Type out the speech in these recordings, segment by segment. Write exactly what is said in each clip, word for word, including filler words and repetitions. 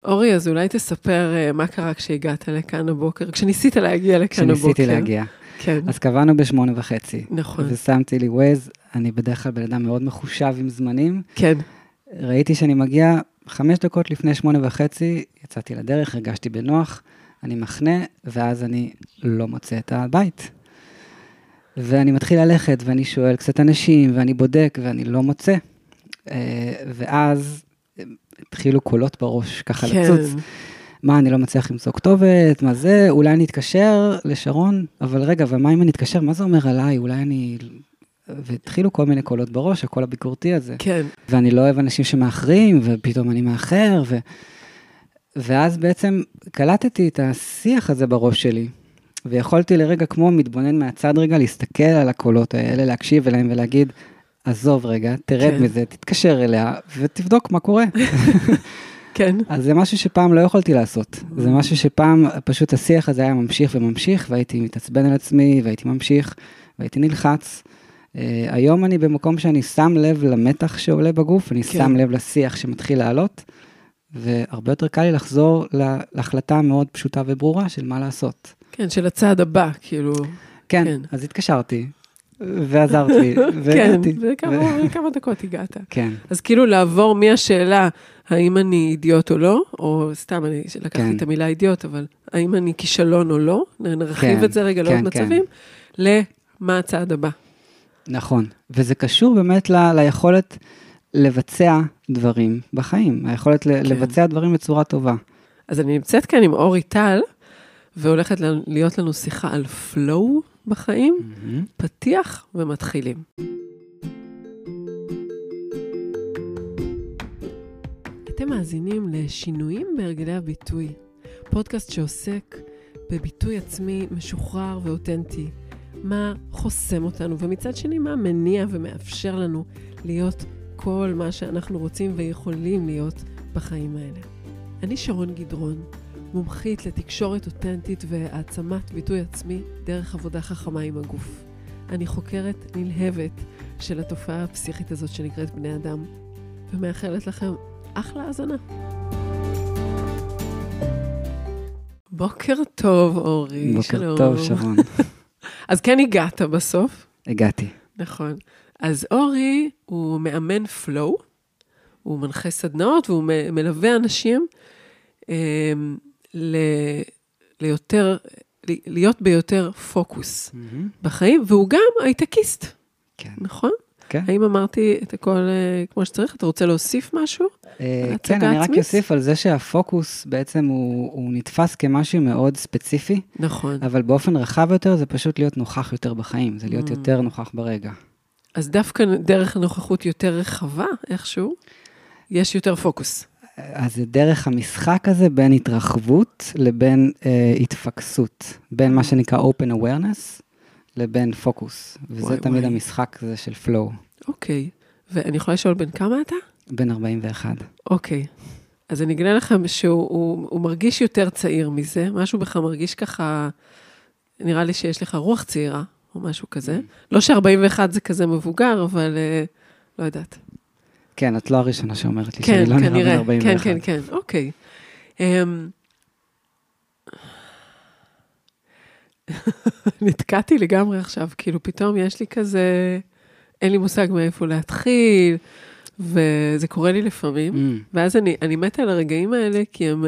אורי, אז אולי תספר מה קרה כשהגעת לכאן הבוקר, כשניסית להגיע לכאן הבוקר. כשניסיתי להגיע. כן. אז קבענו בשמונה וחצי. נכון. ושמתי לי ווייז, אני בדרך כלל בן אדם מאוד מחושב עם זמנים. כן. ראיתי שאני מגיע חמש דקות לפני שמונה וחצי, יצאתי לדרך, הרגשתי בנוח, אני מחנה, ואז אני לא מוצא את הבית. ואני מתחיל ללכת, ואני שואל קצת אנשים, ואני בודק, ואני לא מוצא. ואז התחילו קולות בראש, ככה כן. לצוץ. מה, אני לא מצליח למצוא כתובת, מה זה, אולי אני אתקשר לשרון, אבל רגע, ומה אם אני אתקשר, מה זה אומר עליי, אולי אני... והתחילו כל מיני קולות בראש, הקול הביקורתי הזה. כן. ואני לא אוהב אנשים שמאחרים, ופתאום אני מאחר, ו... ואז בעצם קלטתי את השיח הזה בראש שלי, ויכולתי לרגע כמו מתבונן מהצד רגע, להסתכל על הקולות האלה, להקשיב אליהם ולהגיד, עזוב רגע, תרד כן. מזה, תתקשר אליה, ותבדוק מה קורה. כן. אז זה משהו שפעם לא יכולתי לעשות. זה משהו שפעם פשוט השיח הזה היה ממשיך וממשיך, והייתי מתעצבן על עצמי, והייתי ממשיך, והייתי נלחץ. Uh, היום אני במקום שאני שם לב למתח שעולה בגוף, אני כן. שם לב לשיח שמתחיל לעלות, והרבה יותר קל לי לחזור להחלטה מאוד פשוטה וברורה של מה לעשות. כן, של הצעד הבא, כאילו. כן, כן. אז התקשרתי, ועזרת לי, והגעתי. כן, וכמה דקות הגעת. כן. אז כאילו לעבור מהשאלה, האם אני אידיוט או לא, או סתם, אני לקחתי את המילה אידיוט, אבל האם אני כישלון או לא, נרחיב את זה רגע לעוד מצבים, למה הצעד הבא. נכון, וזה קשור באמת ל- ליכולת לבצע דברים בחיים, היכולת כן. לבצע דברים בצורה טובה. אז אני נמצאת כאן עם אורי טל, והולכת להיות לנו שיחה על פלואו בחיים, mm-hmm. פתיח ומתחילים. אתם מאזינים לשינויים בהרגלי הביטוי, פודקאסט שעוסק בביטוי עצמי משוחרר ואותנטי, מה חוסם אותנו, ומצד שני מה מניע ומאפשר לנו להיות כל מה שאנחנו רוצים ויכולים להיות בחיים האלה. אני שרון גדרון, מומחית לתקשורת אותנטית והעצמת ביטוי עצמי דרך עבודה חכמה עם הגוף. אני חוקרת נלהבת של התופעה הפסיכית הזאת שנקראת בני אדם, ומאחלת לכם אחלה האזנה. בוקר טוב, אורי. בוקר שלום. טוב, שרון. אז כן הגעת בסוף. הגעתי. נכון. אז אורי הוא מאמן פלואו, הוא מנחה סדנאות, והוא מלווה אנשים אה, ל, ליותר, להיות ביותר פוקוס mm-hmm. בחיים, והוא גם הייטקיסט. כן. נכון? כן. האם אמרתי את הכל אה, כמו שצריך? אתה רוצה להוסיף משהו? אה, כן, אני רק אוסיף על זה שהפוקוס בעצם הוא, הוא נתפס כמשהו מאוד ספציפי. נכון. אבל באופן רחב יותר זה פשוט להיות נוכח יותר בחיים, זה להיות mm. יותר נוכח ברגע. אז דווקא דרך הנוכחות יותר רחבה, איכשהו, יש יותר פוקוס. אז זה דרך המשחק הזה בין התרחבות לבין אה, התפקסות, בין מה שנקרא open awareness לבין פוקוס, וזה וואי, תמיד וואי. המשחק הזה של flow. אוקיי, ואני יכולה לשאול בין כמה אתה? בין ארבעים ואחת. אוקיי, אז אני אגלה לכם שהוא הוא, הוא מרגיש יותר צעיר מזה, משהו בך מרגיש ככה, נראה לי שיש לך רוח צעירה, או משהו כזה. לא ש-ארבעים ואחת זה כזה מבוגר, אבל לא יודעת. כן, את לא הראשונה שאומרת לי כן, שאני לא נראה כנראה, ב-ארבעים ואחת. כן, כן, כן, אוקיי. נתקעתי לגמרי עכשיו, כאילו פתאום יש לי כזה, אין לי מושג מאיפה להתחיל, וזה קורה לי לפעמים, mm. ואז אני, אני מתה על הרגעים האלה, כי הם,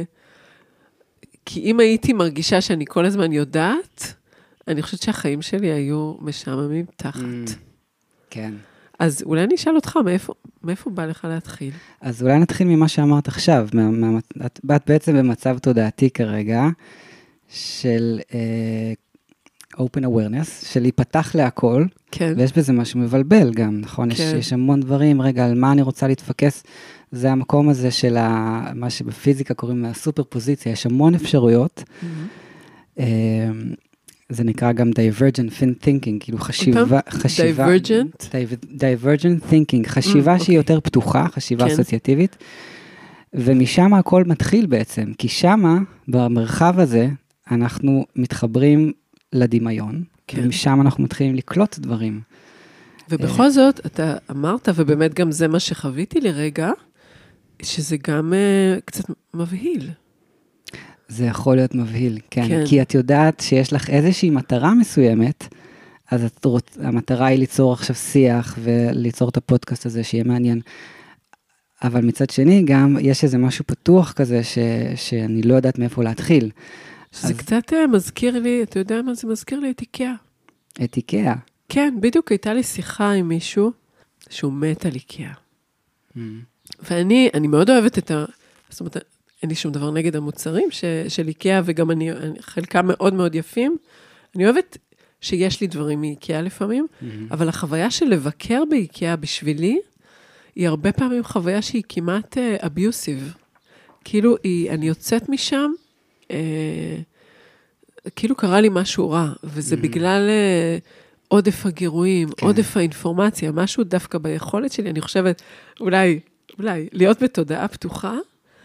כי אם הייתי מרגישה שאני כל הזמן יודעת, אני חושבת שהחיים שלי היו משעממים תחת. Mm. כן. אז אולי אני אשאל אותך, מאיפה, מאיפה בא לך להתחיל? אז אולי נתחיל ממה שאמרת עכשיו, מה, מה, את באת בעצם במצב תודעתי כרגע, של uh, open awareness, של להיפתח להכל, כן. ויש בזה משהו מבלבל גם, נכון? כן. יש, יש המון דברים, רגע, על מה אני רוצה להתפקס, זה המקום הזה של ה, מה שבפיזיקה קוראים הסופר פוזיציה, יש המון אפשרויות, mm-hmm. uh, זה נקרא גם divergent thinking, כאילו חשיבה, חשיבה, divergent? divergent thinking, חשיבה שהיא יותר פתוחה, חשיבה אסוציאטיבית, ומשם הכל מתחיל בעצם, כי שמה, במרחב הזה, אנחנו מתחברים לדמיון, ומשם אנחנו מתחילים לקלוט דברים. ובכל זאת, אתה אמרת, ובאמת גם זה מה שחוויתי לרגע, שזה גם uh, קצת מבהיל. זה יכול להיות מבהיל, כן. כן. כי את יודעת שיש לך איזושהי מטרה מסוימת, אז את רוצ... המטרה היא ליצור עכשיו שיח, וליצור את הפודקאסט הזה שיהיה מעניין. אבל מצד שני גם יש איזה משהו פתוח כזה, ש... שאני לא יודעת מאיפה להתחיל. שזה אז... קצת uh, מזכיר לי, אתה יודע מה זה מזכיר לי? את איקאה. את איקאה? כן, בדיוק הייתה לי שיחה עם מישהו, שהוא מת על איקאה. Mm. ואני אני מאוד אוהבת את ה... זאת אומרת, אין לי שום דבר נגד המוצרים ש, של איקאה, וגם אני, חלקם מאוד מאוד יפים. אני אוהבת שיש לי דברים מאיקאה לפעמים, mm-hmm. אבל החוויה של לבקר באיקאה בשבילי, היא הרבה פעמים חוויה שהיא כמעט אביוסיב. כאילו, היא, אני יוצאת משם, אה, כאילו קרה לי משהו רע, וזה mm-hmm. בגלל אה, עודף הגירויים, כן. עודף האינפורמציה, משהו דווקא ביכולת שלי, אני חושבת, אולי, אולי, להיות בתודעה פתוחה,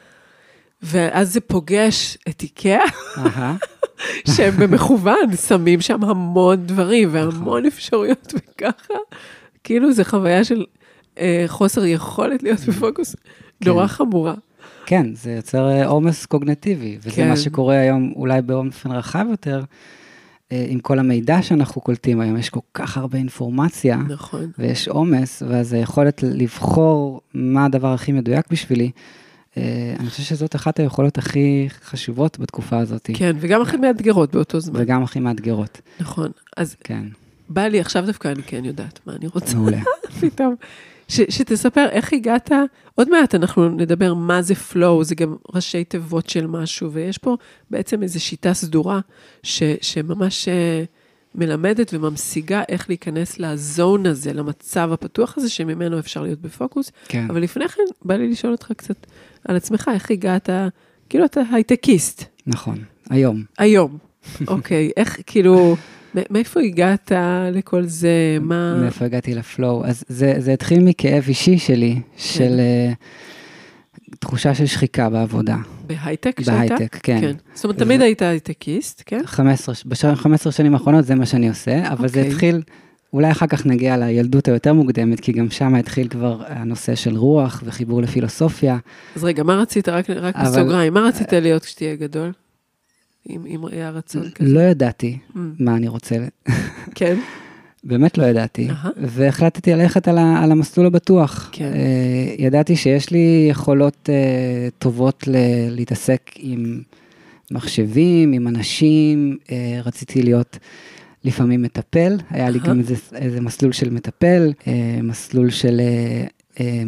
ואז זה פוגש את איקאה, שהם במכוון, שמים שם המון דברים, והמון אפשרויות וככה, כאילו זה חוויה של חוסר יכולת להיות בפוקוס, נורא חמורה. כן, זה יוצר עומס קוגניטיבי, וזה מה שקורה היום אולי באופן רחב יותר, עם כל המידע שאנחנו קולטים היום, יש כל כך הרבה אינפורמציה, ויש עומס, ואז היכולת לבחור מה הדבר הכי מדויק בשבילי, אני חושב שזאת אחת היכולות הכי חשובות בתקופה הזאת. כן, וגם הכי מאתגרות באותו זמן. וגם הכי מאתגרות. נכון. אז כן. בא לי, עכשיו דווקא אני כן יודעת מה אני רוצה. מעולה. פתאום. שתספר איך הגעת, עוד מעט אנחנו נדבר מה זה flow, זה גם ראשי תיבות של משהו, ויש פה בעצם איזו שיטה סדורה, שממש מלמדת וממשיגה איך להיכנס לזון הזה, למצב הפתוח הזה, שממנו אפשר להיות בפוקוס. כן. אבל לפני כן, בא לי לשאול אותך קצת על עצמך, איך הגעת, כאילו אתה הייטקיסט. נכון, היום. היום, אוקיי, איך, כאילו, מאיפה הגעת לכל זה, מה... מאיפה הגעתי לפלואו, אז זה, זה התחיל מכאב אישי שלי, כן. של uh, תחושה של שחיקה בעבודה. בהייטק שהייתה? בהייטק, כן. כן. זאת אומרת, תמיד ו... היית הייטקיסט, כן? ב-חמש עשרה שנים האחרונות זה מה שאני עושה, אבל אוקיי. זה התחיל... אולי אחר כך נגיע לילדות היותר מוקדמת, כי גם שם התחיל כבר הנושא של רוח וחיבור לפילוסופיה. אז רגע, מה רצית, רק, רק אבל... בסוגריים, מה רצית להיות כשתהיה גדול? אם, אם היה רצון כזה? לא ידעתי mm. מה אני רוצה. כן? באמת לא ידעתי, uh-huh. והחלטתי ללכת על, ה, על המסלול הבטוח. כן. Uh, ידעתי שיש לי יכולות uh, טובות ל, להתעסק עם מחשבים, עם אנשים, uh, רציתי להיות... לפעמים מטפל, היה לי גם איזה, איזה מסלול של מטפל, אה, מסלול של אה, אה,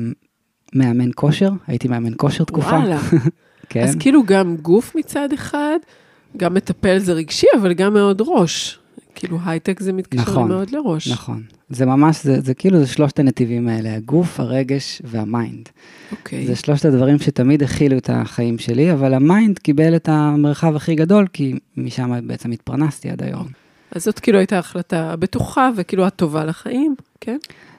מאמן כושר, הייתי מאמן כושר תקופה. וואלה. כן. אז כאילו גם גוף מצד אחד, גם מטפל זה רגשי, אבל גם מאוד ראש. כאילו הייטק זה מתקשר נכון, מאוד לראש. נכון, זה ממש, זה, זה כאילו, זה שלושת הנתיבים האלה, הגוף, הרגש והמיינד. אוקיי. זה שלושת הדברים שתמיד הכילו את החיים שלי, אבל המיינד קיבל את המרחב הכי גדול, כי משם בעצם התפרנסתי עד היום. אז זאת כאילו הייתה החלטה בטוחה, וכאילו הטובה לחיים, כן?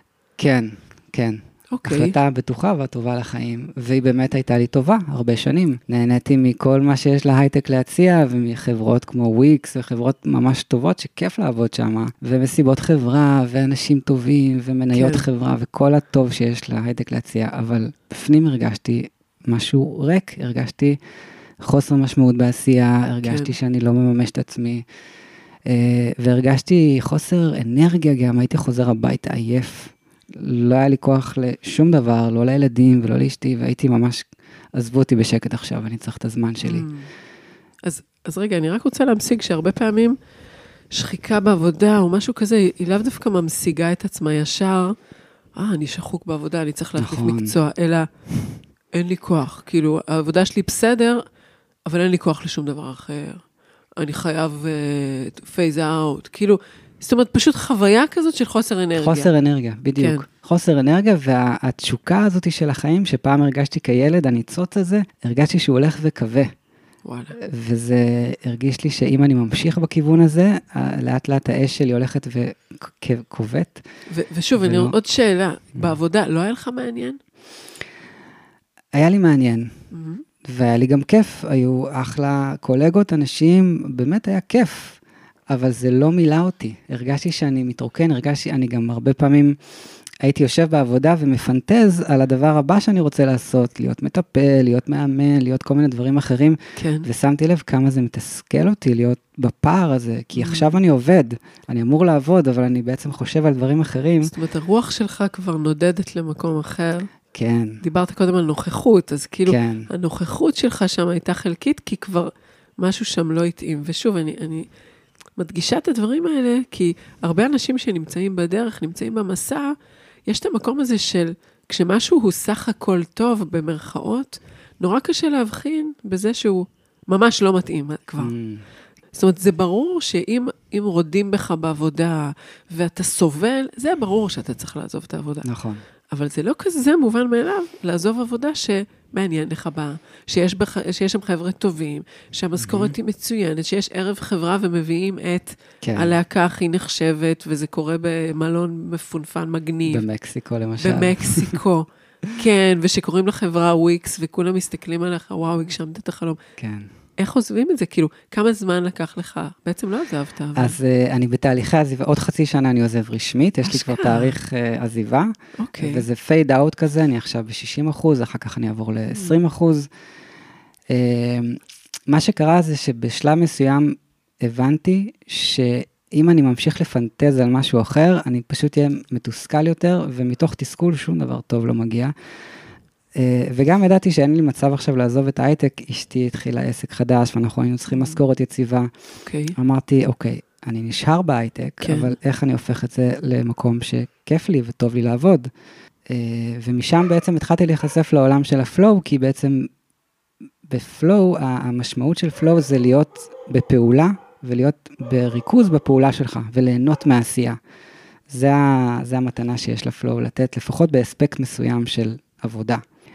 כן, כן. אוקיי. החלטה בטוחה והטובה לחיים, והיא באמת הייתה לי טובה, הרבה שנים. נהניתי מכל מה שיש להייטק להציע, ומחברות כמו וויקס, וחברות ממש טובות שכיף לעבוד שם, ומסיבות חברה, ואנשים טובים, ומניות כן. חברה, וכל הטוב שיש להייטק להציע, אבל בפנים הרגשתי משהו ריק, הרגשתי חוסר משמעות בעשייה, הרגשתי כן. שאני לא מממש את עצמי, Uh, והרגשתי חוסר אנרגיה גם, הייתי חוזר הביתה עייף, לא היה לי כוח לשום דבר, לא לילדים ולא לאשתי, והייתי ממש, עזבו אותי בשקט עכשיו, אני צריך את הזמן שלי. Mm. אז, אז רגע, אני רק רוצה להמשיג שהרבה פעמים שחיקה בעבודה או משהו כזה, היא לאו דווקא ממשיגה את עצמה ישר, אה, אני שחוק בעבודה, אני צריך להחליף נכון. מקצוע, אלא אין לי כוח, כאילו, העבודה שלי בסדר, אבל אין לי כוח לשום דבר אחר. אני חייב פייז uh, אאוט, כאילו, זאת אומרת, פשוט חוויה כזאת של חוסר אנרגיה. חוסר אנרגיה, בדיוק. כן. חוסר אנרגיה, והתשוקה הזאת של החיים, שפעם הרגשתי כילד, הניצוץ הזה, הרגשתי שהוא הולך וכווה. וואלה. וזה הרגיש לי שאם אני ממשיך בכיוון הזה, לאט לאט האש שלי הולכת וכובט. ו- ושוב, ולא... אני עוד שאלה, בעבודה, לא היה לך מעניין? היה לי מעניין. Mm-hmm. והיה לי גם כיף, היו אחלה קולגות, אנשים, באמת היה כיף, אבל זה לא מילא אותי. הרגשתי שאני מתרוקן, הרגשתי, אני גם הרבה פעמים, הייתי יושב בעבודה ומפנטז על הדבר הבא שאני רוצה לעשות, להיות מטפל, להיות מאמן, להיות כל מיני דברים אחרים, כן. ושמתי לב כמה זה מתסכל אותי להיות בפער הזה, כי עכשיו אני עובד, אני אמור לעבוד, אבל אני בעצם חושב על דברים אחרים. זאת אומרת, הרוח שלך כבר נודדת למקום אחר. כן. דיברת קודם על נוכחות, אז כאילו, כן. הנוכחות שלך שם הייתה חלקית, כי כבר משהו שם לא התאים. ושוב, אני, אני מדגישה את הדברים האלה, כי הרבה אנשים שנמצאים בדרך, נמצאים במסע, יש את המקום הזה של, כשמשהו הוא סך הכל טוב, במרכאות, נורא קשה להבחין בזה שהוא ממש לא מתאים כבר. Mm. זאת אומרת, זה ברור שאם אם רודים בך בעבודה, ואתה סובל, זה ברור שאתה צריך לעזוב את העבודה. נכון. אבל זה לא כזה מובן מאליו, לעזוב עבודה שמעניין לך בה, שיש, בח... שיש שם חבר'ה טובים, שהמשכורת היא מצוינת, שיש ערב חברה ומביאים את כן. הלהקה הכי נחשבת, וזה קורה במלון מפונפן מגניב. במקסיקו למשל. במקסיקו, כן, ושקוראים לחברה וויקס, וכולם מסתכלים עליך, וואו, הגשמת את החלום. כן. איך עוזבים את זה? כאילו, כמה זמן לקח לך? בעצם לא עזבת. אבל... אז uh, אני בתהליכי עזיבה, עוד חצי שנה אני עוזב רשמית, יש לי כבר תאריך uh, עזיבה, okay. וזה פייד אאוט כזה, אני עכשיו ב-שישים אחוז, אחר כך אני אעבור ל-עשרים אחוז. Uh, מה שקרה זה שבשלב מסוים הבנתי שאם אני ממשיך לפנטז על משהו אחר, אני פשוט אהיה מתוסכל יותר, ומתוך תסכול שום דבר טוב לא מגיע. וגם ידעתי שאין לי מצב עכשיו לעזוב את ההייטק, אשתי התחילה עסק חדש, ואנחנו היינו צריכים משכורת יציבה. Okay. אמרתי, אוקיי, אני נשאר בהייטק, כן. אבל איך אני הופך את זה למקום שכיף לי וטוב לי לעבוד? ומשם בעצם התחלתי להיחשף לעולם של הפלואו, כי בעצם בפלואו, המשמעות של פלואו זה להיות בפעולה, ולהיות בריכוז בפעולה שלך, וליהנות מהעשייה. זה, זה המתנה שיש לפלואו, לתת לפחות באספקט מסוים של עבודה.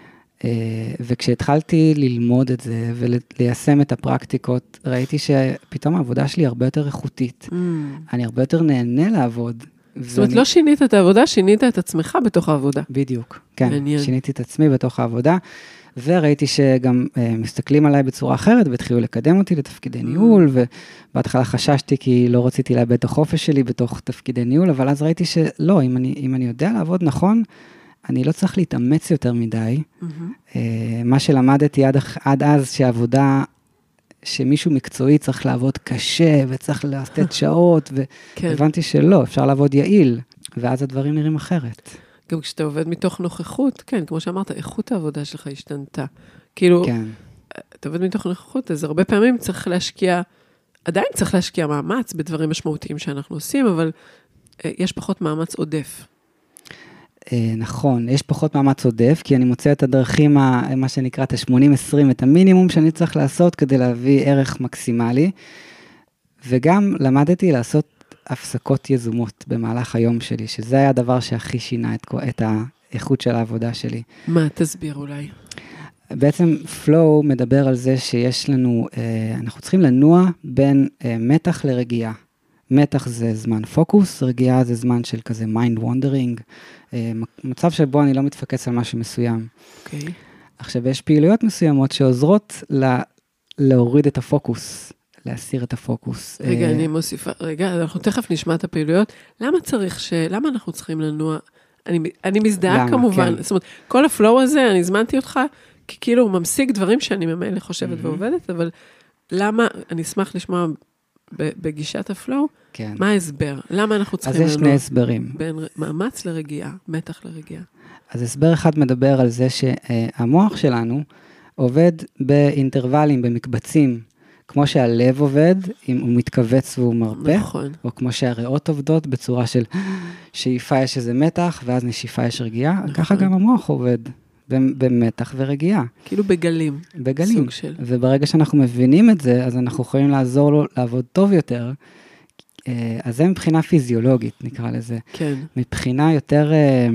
וכשהתחלתי ללמוד את זה וליישם את הפרקטיקות, ראיתי שפתאום העבודה שלי הרבה יותר איכותית. Mm. אני הרבה יותר נהנה לעבוד. זאת אומרת, ואני... לא שינית את העבודה, שינית את עצמך בתוך העבודה. בדיוק, כן. מעניין. שיניתי את עצמי בתוך העבודה, וראיתי שגם uh, מסתכלים עליי בצורה אחרת, והתחילו לקדם אותי לתפקידי ניהול, ובהתחלה חששתי כי לא רציתי לאבד את החופש שלי בתוך תפקידי ניהול, אבל אז ראיתי שלא, אם אני, אם אני יודע לעבוד נכון, אני לא צריך להתאמץ יותר מדי. Mm-hmm. מה שלמדתי עד, עד אז שהעבודה, שמישהו מקצועי צריך לעבוד קשה, וצריך לתת שעות, והבנתי שלא, אפשר לעבוד יעיל, ואז הדברים נראים אחרת. גם כשאתה עובד מתוך נוכחות, כן, כמו שאמרת, איכות העבודה שלך השתנתה. כאילו, כן. אתה עובד מתוך נוכחות, אז הרבה פעמים צריך להשקיע, עדיין צריך להשקיע מאמץ בדברים משמעותיים שאנחנו עושים, אבל יש פחות מאמץ עודף. נכון, יש פחות מאמץ עודף, כי אני מוצא את הדרכים, מה שנקרא, את ה-שמונים עשרים, את המינימום שאני צריך לעשות כדי להביא ערך מקסימלי, וגם למדתי לעשות הפסקות יזומות במהלך היום שלי, שזה היה הדבר שהכי שינה את, את האיכות של העבודה שלי. מה, תסביר אולי. בעצם פלואו מדבר על זה שיש לנו, אנחנו צריכים לנוע בין מתח לרגיעה. מתח זה זמן פוקוס, רגיעה זה זמן של כזה mind wandering, מצב שבו אני לא מתפקס על משהו מסוים. אוקיי. Okay. עכשיו, יש פעילויות מסוימות שעוזרות לה, להוריד את הפוקוס, להסיר את הפוקוס. רגע, אני מוסיפה, רגע, אנחנו תכף נשמע את הפעילויות. למה צריך ש... למה אנחנו צריכים לנוע? אני, אני מזדהה למה, כמובן. כן. זאת אומרת, כל הפלואו הזה, אני הזמנתי אותך, כי כאילו הוא ממשיג דברים שאני ממילא חושבת mm-hmm. ועובדת, אבל למה, אני אשמח לשמוע בגישת הפלואו, כן. מה ההסבר? למה אנחנו צריכים לנוע? אז יש שני הסברים. בין מאמץ לרגיעה, מתח לרגיעה. אז הסבר אחד מדבר על זה שהמוח שלנו עובד באינטרוולים, במקבצים, כמו שהלב עובד, אם הוא מתכווץ והוא מרפא, נכון. או כמו שהריאות עובדות בצורה של שאיפה יש איזה מתח, ואז נשיפה יש רגיעה, נכון. ככה גם המוח עובד במתח ורגיעה. כאילו בגלים. בגלים. סוג של. וברגע שאנחנו מבינים את זה, אז אנחנו יכולים לעזור לו לעבוד טוב יותר, אז זה מבחינה פיזיולוגית, נקרא לזה. כן. מבחינה יותר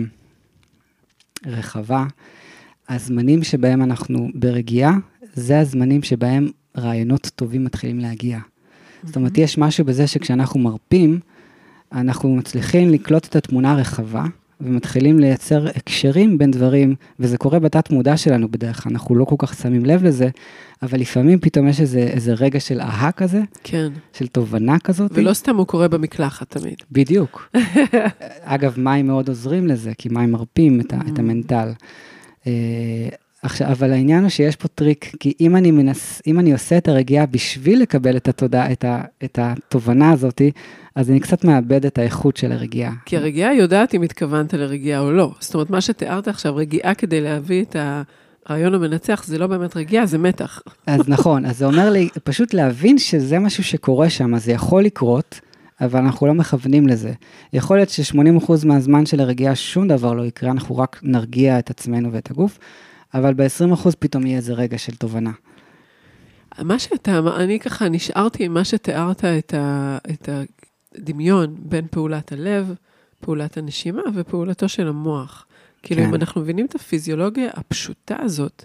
רחבה, הזמנים שבהם אנחנו ברגיעה, זה הזמנים שבהם רעיונות טובים מתחילים להגיע. Mm-hmm. זאת אומרת, יש משהו בזה שכשאנחנו מרפים, אנחנו מצליחים לקלוט את התמונה הרחבה, ומתחילים לייצר הקשרים בין דברים, וזה קורה בתת מודע שלנו בדרך כלל, אנחנו לא כל כך שמים לב לזה, אבל לפעמים פתאום יש איזה, איזה רגע של אהה כזה, כן. של תובנה כזאת. ולא סתם הוא קורה במקלחת תמיד. בדיוק. אגב, מים מאוד עוזרים לזה, כי מים מרפים את, את המנטל. עכשיו, אבל העניין הוא שיש פה טריק, כי אם אני מנס, אם אני עושה את הרגיעה בשביל לקבל את התודעה, את, ה, את התובנה הזאת, אז אני קצת מאבד את האיכות של הרגיעה. כי הרגיעה יודעת אם התכוונת לרגיעה או לא. זאת אומרת, מה שתיארת עכשיו, רגיעה כדי להביא את הרעיון המנצח, זה לא באמת רגיעה, זה מתח. אז נכון, אז זה אומר לי, פשוט להבין שזה משהו שקורה שם, אז זה יכול לקרות, אבל אנחנו לא מכוונים לזה. יכול להיות ש-שמונים אחוז מהזמן של הרגיעה שום דבר לא יקרה, אנחנו רק נרגיע את עצמנו ואת הגוף, אבל ב-עשרים אחוז פתאום יהיה איזה רגע של תובנה. מה שאתה, אני ככה נשארתי עם מה שתיארת את, ה, את הדמיון בין פעולת הלב, פעולת הנשימה ופעולתו של המוח. כאילו, אם אנחנו מבינים את הפיזיולוגיה הפשוטה הזאת,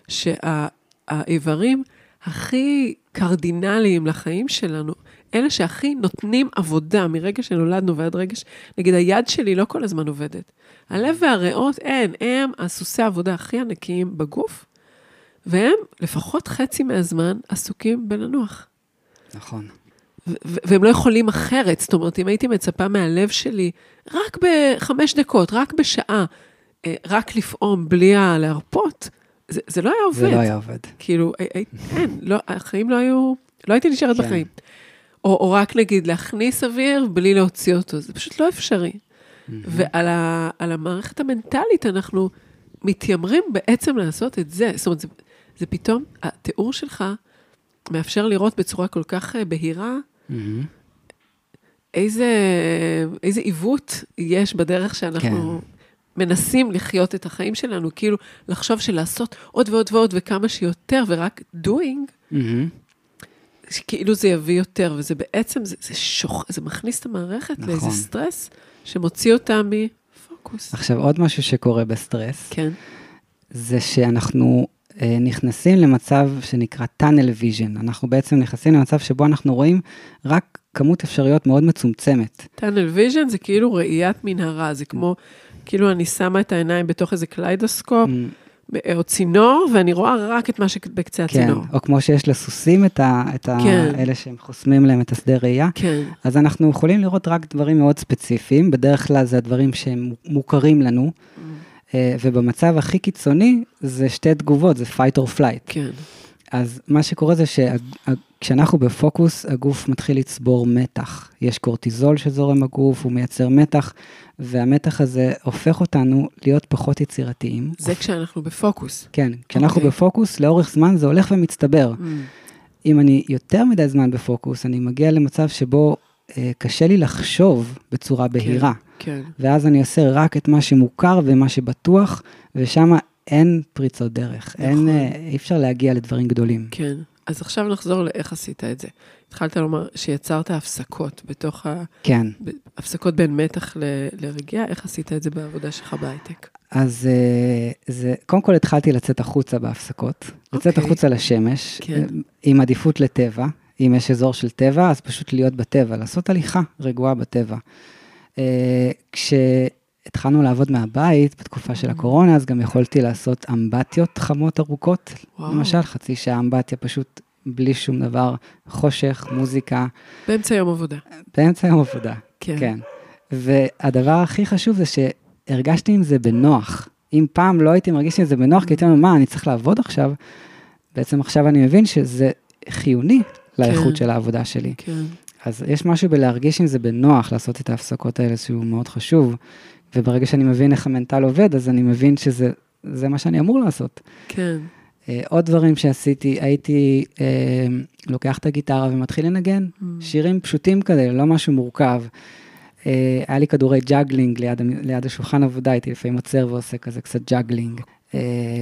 שהאיברים הכי קרדינליים לחיים שלנו, אלה שהכי נותנים עבודה מרגע שנולדנו ועד רגע, נגיד היד שלי לא כל הזמן עובדת. הלב והריאות, אין, הם הסוסי העבודה הכי ענקיים בגוף, והם לפחות חצי מהזמן עסוקים בלנוח. נכון. ו- והם לא יכולים אחרת, זאת אומרת, אם הייתי מצפה מהלב שלי, רק בחמש דקות, רק בשעה, רק לפעום בלי להרפות, זה, זה לא היה עובד. זה לא היה עובד. כאילו, אין, לא, החיים לא היו, לא הייתי נשארת כן. בחיים. או, או רק נגיד להכניס אוויר בלי להוציא אותו, זה פשוט לא אפשרי. Mm-hmm. ועל ה, על המערכת המנטלית אנחנו מתיימרים בעצם לעשות את זה. זאת אומרת, זה, זה פתאום, התיאור שלך מאפשר לראות בצורה כל כך בהירה, mm-hmm. איזה, איזה עיוות יש בדרך שאנחנו כן. מנסים לחיות את החיים שלנו, כאילו לחשוב שלעשות עוד ועוד ועוד וכמה שיותר, ורק doing, mm-hmm. כאילו זה יביא יותר, וזה בעצם, זה, זה, שוח, זה מכניס את המערכת נכון. לאיזה סטרס, שמוציא אותה מפוקוס. עכשיו, עוד משהו שקורה בסטרס, כן. זה שאנחנו אה, נכנסים למצב שנקרא tunnel vision, אנחנו בעצם נכנסים למצב שבו אנחנו רואים רק כמות אפשריות מאוד מצומצמת. tunnel vision זה כאילו ראיית מנהרה, זה כמו, כאילו אני שמה את העיניים בתוך איזה קליידוסקופ, או צינור, ואני רואה רק את מה שבקצה הצינור. כן, או כמו שיש לסוסים את ה, את ה, כן. אלה שהם חוסמים להם את השדה ראייה. כן. אז אנחנו יכולים לראות רק דברים מאוד ספציפיים, בדרך כלל זה הדברים שהם מוכרים לנו, mm. ובמצב הכי קיצוני, זה שתי תגובות, זה fight or flight. כן. אז מה שקורה זה שכשאנחנו בפוקוס, הגוף מתחיל לצבור מתח. יש קורטיזול שזורם בגוף, הוא מייצר מתח, והמתח הזה הופך אותנו להיות פחות יצירתיים. זה כשאנחנו בפוקוס. כן, כשאנחנו okay. בפוקוס, לאורך זמן זה הולך ומצטבר. Mm. אם אני יותר מדי זמן בפוקוס, אני מגיע למצב שבו אה, קשה לי לחשוב בצורה בהירה. כן, כן. ואז אני עושה רק את מה שמוכר ומה שבטוח, ושם אין פריצות דרך. נכון. אין, אה, אי אפשר להגיע לדברים גדולים. כן. אז עכשיו נחזור לאיך עשית את זה. התחלת לומר שיצרת הפסקות בתוך ה... כן. הפסקות בין מתח ל... לרגיעה, איך עשית את זה בעבודה שלך בהייטק? אז זה, קודם כל התחלתי לצאת החוצה בהפסקות, okay. לצאת החוצה לשמש, כן. עם עדיפות לטבע, אם יש אזור של טבע, אז פשוט להיות בטבע, לעשות הליכה רגועה בטבע. כשהתחלנו לעבוד מהבית, בתקופה של הקורונה, אז גם יכולתי לעשות אמבטיות חמות ארוכות, וואו. למשל חצי שעה אמבטיה פשוט בלי שום דבר, חושך, מוזיקה. באמצע יום עבודה. באמצע יום עבודה, כן. כן. והדבר הכי חשוב זה שהרגשתי עם זה בנוח. אם פעם לא הייתי מרגיש עם זה בנוח, כי הייתי אומר, מה, אני צריך לעבוד עכשיו? בעצם עכשיו אני מבין שזה חיוני לאיכות של העבודה שלי. כן. אז יש משהו בלהרגיש עם זה בנוח, לעשות את ההפסקות האלה שהוא מאוד חשוב, וברגע שאני מבין איך המנטל עובד, אז אני מבין שזה זה מה שאני אמור לעשות. כן. עוד דברים שעשיתי, הייתי אה, לוקח את הגיטרה ומתחיל לנגן, mm. שירים פשוטים כזה, לא משהו מורכב. אה, היה לי כדורי ג'אגלינג ליד, ליד השולחן עבודה, הייתי לפעמים עוצר ועושה כזה קצת ג'אגלינג. אה,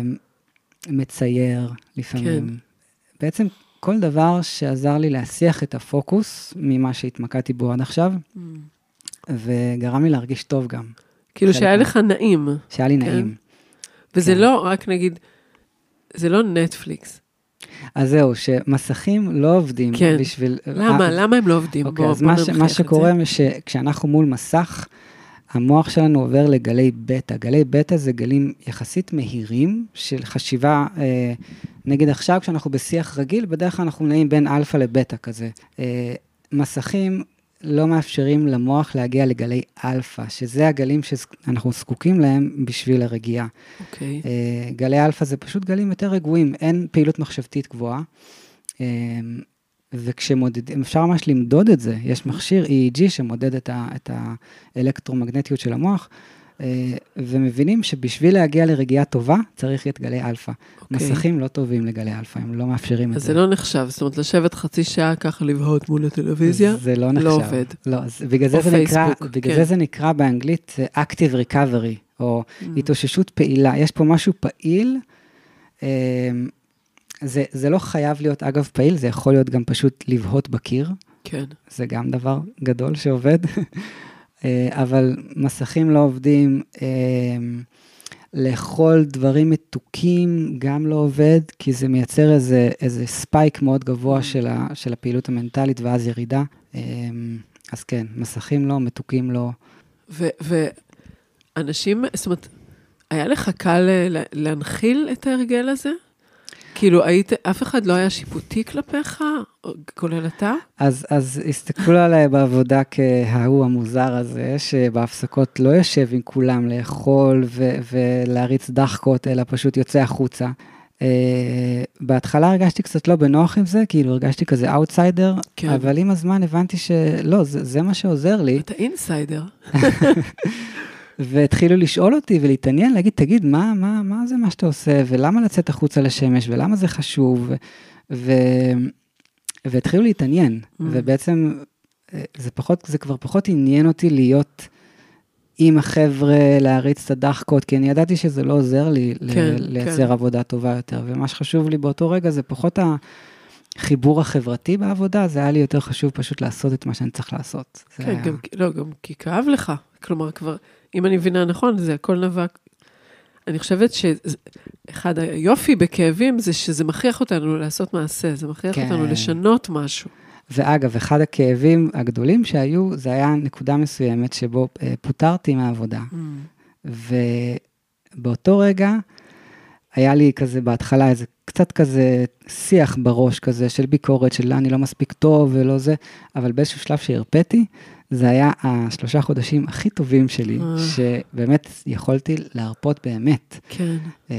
מצייר לפעמים. כן. בעצם כל דבר שעזר לי להסיח את הפוקוס ממה שהתמקדתי בו עד עכשיו, mm. וגרם לי להרגיש טוב גם. כאילו שהיה לך נעים. שהיה לי כן? נעים. וזה כן. לא רק נגיד... זה לא נטפליקס. אז זהו, שמסכים לא עובדים כן. בשביל... למה? למה הם לא עובדים? אוקיי, בוא, אז בוא מה, ש... מה שקורה שכשאנחנו מול מסך, המוח שלנו עובר לגלי בטא. גלי בטא זה גלים יחסית מהירים של חשיבה, אה, נגיד עכשיו כשאנחנו בשיח רגיל, בדרך כלל אנחנו נעים בין אלפא לבטא כזה. אה, מסכים לא מאפשרים למוח להגיע לגלי אלפא, שזה הגלים שאנחנו זקוקים להם בשביל הרגיעה. אוקיי. אה, גלי אלפא זה פשוט גלים יותר רגועים, אין פעילות מחשבתית גבוהה. אה, וכשמודדים, אפשר ממש למדוד את זה, יש מכשיר E E G שמודד את, ה, את האלקטרומגנטיות של המוח, ומבינים שבשביל להגיע לרגיעה טובה, צריך את גלי אלפא. Okay. מסכים לא טובים לגלי אלפא, הם לא מאפשרים את זה. אז זה לא נחשב, זאת אומרת, לשבת חצי שעה ככה לבהות מול הטלוויזיה, זה לא נחשב. לא עובד. לא, בגלל זה זה נקרא, בגלל זה זה נקרא באנגלית Active Recovery, או התאוששות פעילה. יש פה משהו פעיל, זה, זה לא חייב להיות, אגב, פעיל, זה יכול להיות גם פשוט לבהות בקיר. כן. זה גם דבר גדול שעובד. אבל מסכים לא עובדים, לאכול דברים מתוקים גם לא עובד, כי זה מייצר איזה, איזה ספייק מאוד גבוה של, ה, של הפעילות המנטלית, ואז ירידה. אז כן, מסכים לא, מתוקים לא. ואנשים, זאת אומרת, היה לך קל להנחיל את ההרגל הזה? כאילו, היית, אף אחד לא היה שיפוטי כלפיך, כולל אתה? אז, אז הסתכלו עליי בעבודה כהוא המוזר הזה, שבהפסקות לא יושב עם כולם לאכול ו- ולהריץ דחקות, אלא פשוט יוצא החוצה. Uh, בהתחלה הרגשתי קצת לא בנוח עם זה, כאילו הרגשתי כזה אאוטסיידר, כן. אבל עם הזמן הבנתי שלא, זה, זה מה שעוזר לי. אתה אינסיידר. והתחילו לשאול אותי ולהתעניין, להגיד, תגיד, מה, מה, מה זה מה שאתה עושה, ולמה לצאת החוצה לשמש, ולמה זה חשוב, ו... והתחילו להתעניין, mm. ובעצם זה פחות, זה כבר פחות עניין אותי להיות עם החבר'ה, להריץ את הדחקות, כי אני ידעתי שזה לא עוזר לי כן, לייצר כן. עבודה טובה יותר, ומה שחשוב לי באותו רגע זה פחות החיבור החברתי בעבודה, זה היה לי יותר חשוב פשוט לעשות את מה שאני צריך לעשות. כן, היה... גם, לא, גם כי כאב לך, כלומר כבר, אם אני מבינה נכון, זה הכל נבק. אני חושבת שאחד היופי בכאבים זה שזה מכריח אותנו לעשות מעשה, זה מכריח כן. אותנו לשנות משהו. ואגב, אחד הכאבים הגדולים שהיו, זה היה נקודה מסוימת שבו פוטרתי מהעבודה. Mm. ובאותו רגע, היה לי כזה בהתחלה איזה קצת כזה שיח בראש כזה של ביקורת, של אני לא מספיק טוב ולא זה, אבל באיזשהו שלב שהרפאתי, זה היה השלושה חודשים הכי טובים שלי, שבאמת יכולתי להרפות באמת. כן.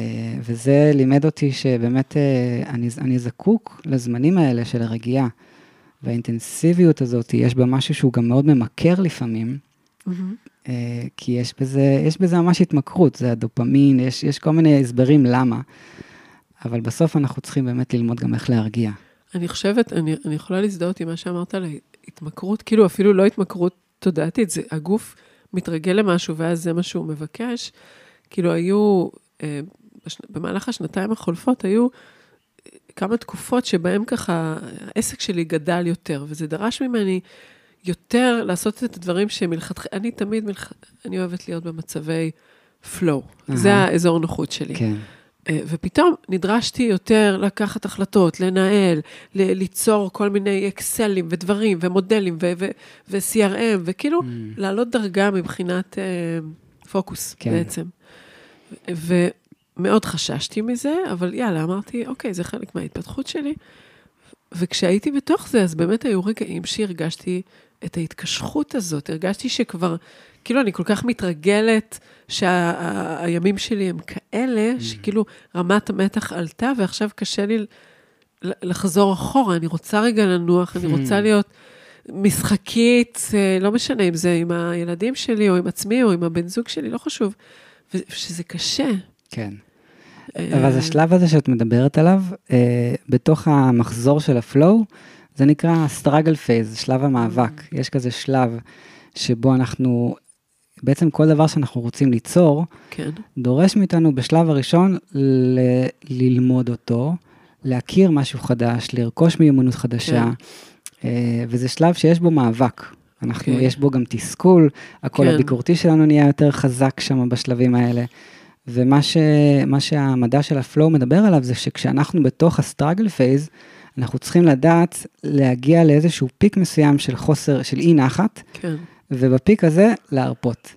וזה לימד אותי שבאמת אני, אני זקוק לזמנים האלה של הרגיעה, והאינטנסיביות הזאת, יש בה משהו שהוא גם מאוד ממכר לפעמים, mm-hmm. כי יש בזה, יש בזה ממש התמכרות, זה הדופמין, יש, יש כל מיני הסברים למה, אבל בסוף אנחנו צריכים באמת ללמוד גם איך להרגיע. אני חושבת, אני, אני יכולה להזדהות עם מה שאמרת על התמכרות, כאילו אפילו לא התמכרות תודעתית, זה הגוף מתרגל למשהו, ואז זה מה שהוא מבקש, כאילו היו, במהלך השנתיים החולפות, היו כמה תקופות שבהם ככה, העסק שלי גדל יותר, וזה דרש ממני יותר לעשות את הדברים שמלכתחילה, אני תמיד, מלכ... אני אוהבת להיות במצבי flow, זה האזור נוחות שלי. כן. ופתאום נדרשתי יותר לקחת החלטות, לנהל, ל- ליצור כל מיני אקסלים ודברים ומודלים ו- ו- ו-סי אר אם, וכאילו mm. לעלות דרגה מבחינת uh, פוקוס כן. בעצם. ומאוד חששתי מזה, אבל יאללה, אמרתי, אוקיי, זה חלק מההתפתחות שלי. וכשהייתי בתוך זה, אז באמת היו רגעים שהרגשתי את ההתקשחות הזאת, הרגשתי שכבר, כאילו אני כל כך מתרגלת שהימים שלי הם כאלה, שכאילו רמת המתח עלתה, ועכשיו קשה לי לחזור אחורה, אני רוצה רגע לנוח, אני רוצה להיות משחקית, לא משנה אם זה עם הילדים שלי, או עם עצמי, או עם הבן זוג שלי, לא חשוב, ושזה קשה. כן. אבל השלב הזה שאת מדברת עליו, בתוך המחזור של הפלואו, זה נקרא struggle phase, שלב המאבק. יש כזה שלב שבו אנחנו, בעצם כל דבר שאנחנו רוצים ליצור, כן. דורש מאיתנו בשלב הראשון ל- ללמוד אותו, להכיר משהו חדש, לרכוש מיומנות חדשה, כן. וזה שלב שיש בו מאבק. אנחנו, okay. יש בו גם תסכול, הכל כן. הביקורתי שלנו נהיה יותר חזק שם בשלבים האלה. ומה ש, מה שהמדע של הפלואו מדבר עליו, זה שכשאנחנו בתוך הסטרגל פייז, אנחנו צריכים לדעת להגיע לאיזשהו פיק מסוים של חוסר, של אי נחת, כן. ובפיק הזה להרפות.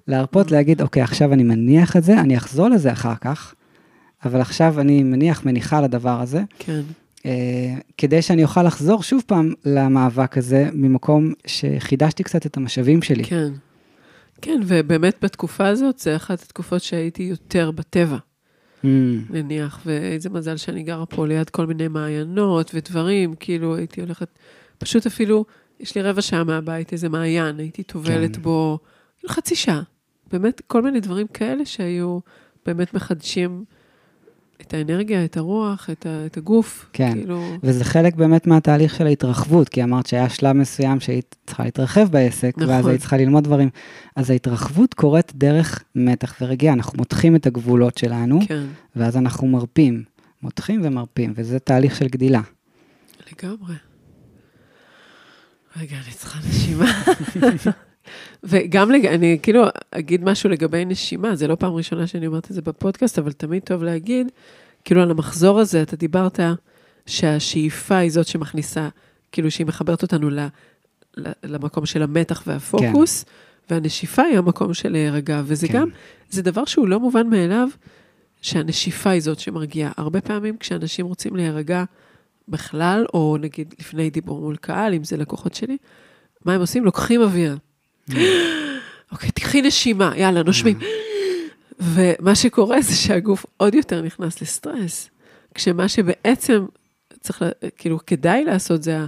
להרפות, להגיד, אוקיי, עכשיו אני מניח את זה, אני אחזור לזה אחר כך, אבל עכשיו אני מניח, מניחה לדבר הזה, כן. כדי שאני אוכל לחזור שוב פעם למאבק הזה, ממקום שחידשתי קצת את המשאבים שלי. כן. כן, ובאמת בתקופה הזאת, זה אחת התקופות שהייתי יותר בטבע, mm. נניח, ואיזה מזל שאני גרה פה ליד כל מיני מעיינות ודברים, כאילו הייתי הולכת, פשוט אפילו, יש לי רבע שעה מהבית, איזה מעיין, הייתי טובלת כן. בו, חצי שעה, באמת כל מיני דברים כאלה שהיו באמת מחדשים, את האנרגיה, את הרוח, את, ה, את הגוף. כן, כאילו... וזה חלק באמת מהתהליך של ההתרחבות, כי אמרת שהיה שלב מסוים שהיית צריכה להתרחב בעסק, נכון. ואז היית צריכה ללמוד דברים. אז ההתרחבות קורית דרך מתח ורגיעה, אנחנו מותחים את הגבולות שלנו, כן. ואז אנחנו מרפים, מותחים ומרפים, וזה תהליך של גדילה. לגמרי. רגע, אני צריכה נשימה. וגם לג... אני כאילו אגיד משהו לגבי נשימה, זה לא פעם ראשונה שאני אומרת את זה בפודקאסט, אבל תמיד טוב להגיד, כאילו על המחזור הזה, אתה דיברת שהשאיפה היא זאת שמכניסה, כאילו שהיא מחברת אותנו ל... למקום של המתח והפוקוס, כן. והנשיפה היא המקום של להירגע, וזה כן. גם, זה דבר שהוא לא מובן מאליו, שהנשיפה היא זאת שמרגיעה. הרבה פעמים כשאנשים רוצים להירגע בכלל, או נגיד לפני דיבור מול קהל, אם זה לקוחות שלי, מה הם עושים? לוקחים אוויר. אוקיי, תקחי נשימה, יאללה, נושמים. ומה שקורה זה שהגוף עוד יותר נכנס לסטרס, כשמה שבעצם צריך, כאילו, כדאי לעשות זה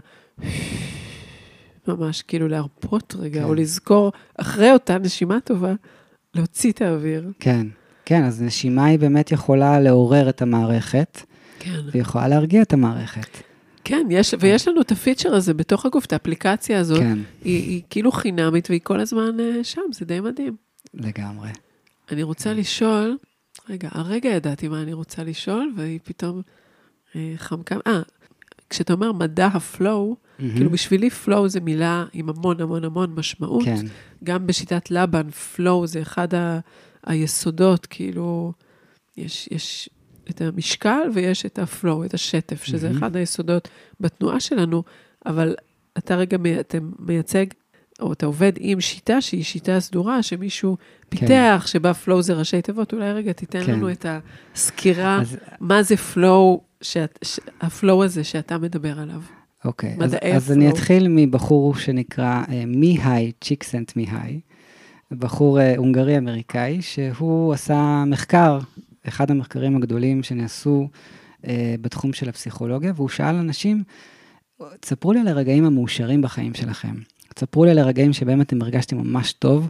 ממש כאילו להרפות רגע, או לזכור אחרי אותה נשימה טובה, להוציא את האוויר. כן, כן, אז נשימה היא באמת יכולה לעורר את המערכת, ויכולה להרגיע את המערכת. כן, יש, ויש לנו את הפיצ'ר הזה בתוך הגוף, את האפליקציה הזאת, כן. היא, היא כאילו חינמית, והיא כל הזמן שם, זה די מדהים. לגמרי. אני רוצה לשאול, רגע, הרגע ידעתי מה אני רוצה לשאול, והיא פתאום אה, חמקה, אה, כשאתה אומר מדע הפלואו, mm-hmm. כאילו בשבילי פלואו זה מילה עם המון המון המון משמעות, כן. גם בשיטת לבן, פלואו זה אחד ה, היסודות, כאילו, יש, יש, את המשקל ויש את הפלואו, את השטף, שזה mm-hmm. אחד היסודות בתנועה שלנו, אבל אתה רגע אתה מייצג, או אתה עובד עם שיטה שהיא שיטה סדורה, שמישהו פיתח, כן. שבה פלואו זה ראשי תיבות, אולי רגע תיתן כן. לנו את הסקירה, אז... מה זה פלואו, שאת, ש... הפלואו הזה שאתה מדבר עליו. אוקיי, אז, אז אני אתחיל מבחור שנקרא מיהי, צ'יקסנט מיהי, בחור הונגרי אמריקאי, שהוא עשה מחקר, אחד המחקרים הגדולים שנעשו אה, בתחום של הפסיכולוגיה, והוא שאל אנשים, תספרו לי על הרגעים המאושרים בחיים שלכם. תספרו לי על הרגעים שבהם אתם הרגשתם ממש טוב,